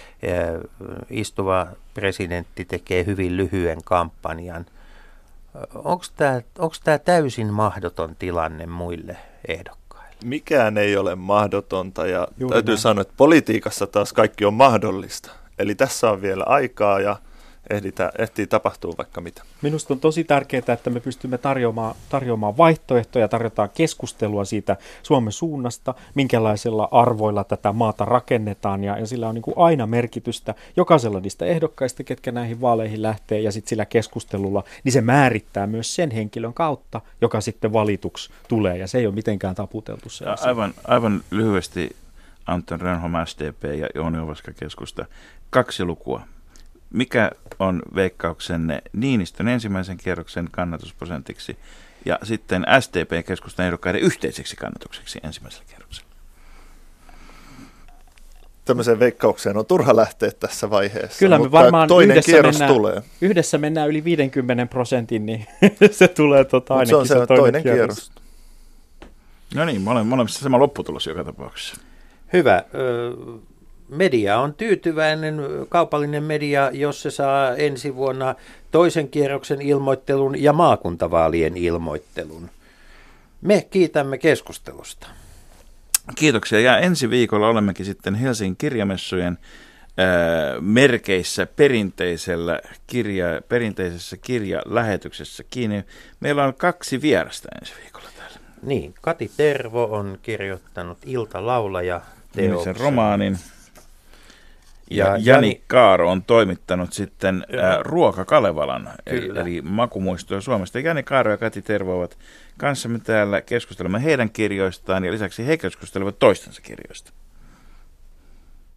istuva presidentti tekee hyvin lyhyen kampanjan. Onko tämä, onko tämä täysin mahdoton tilanne muille ehdokkaille? Mikään ei ole mahdotonta ja Juuri täytyy näin. sanoa, että politiikassa taas kaikki on mahdollista. Eli tässä on vielä aikaa ja ehditä, ehtii tapahtuu vaikka mitä. Minusta on tosi tärkeää, että me pystymme tarjoamaan, tarjoamaan vaihtoehtoja, tarjotaan keskustelua siitä Suomen suunnasta, minkälaisilla arvoilla tätä maata rakennetaan ja, ja sillä on niin kuin aina merkitystä jokaisella niistä ehdokkaista, ketkä näihin vaaleihin lähtee ja sitten sillä keskustelulla, niin se määrittää myös sen henkilön kautta, joka sitten valituksi tulee ja se ei ole mitenkään taputeltu se asia. Aivan, aivan lyhyesti Anton Rönnholm S D P ja Jouni Ovaska keskusta. Kaksi lukua. Mikä on veikkauksenne Niinistön ensimmäisen kierroksen kannatusprosentiksi ja sitten S D P-keskustan ehdokkaiden yhteiseksi kannatukseksi ensimmäisellä kierroksella? Tämmöiseen veikkaukseen on turha lähteä tässä vaiheessa, Kyllä me mutta varmaan toinen yhdessä kierros mennään, tulee. Yhdessä mennään yli viidenkymmenen prosentin, niin se tulee tota ainakin se on se, se toinen, toinen kierros. kierros. No niin, molemmissa sama lopputulos joka tapauksessa. Hyvä. Media on tyytyväinen, kaupallinen media, jos se saa ensi vuonna toisen kierroksen ilmoittelun ja maakuntavaalien ilmoittelun. Me kiitämme keskustelusta. Kiitoksia ja ensi viikolla olemmekin sitten Helsingin kirjamessujen ää, merkeissä perinteisellä kirja, perinteisessä kirjalähetyksessä kiinni. Meillä on kaksi vierasta ensi viikolla täällä. Niin, Kati Tervo on kirjoittanut Iltalaulaja -teoksen romaanin. Ja, ja Jani Kaaro on toimittanut sitten ää, Ruoka Kalevalan, eli, eli makumuistoja Suomesta. Jani Kaaro ja Kati Tervo ovat kanssamme täällä keskustelemaan heidän kirjoistaan ja lisäksi he keskustelevat toistensa kirjoista.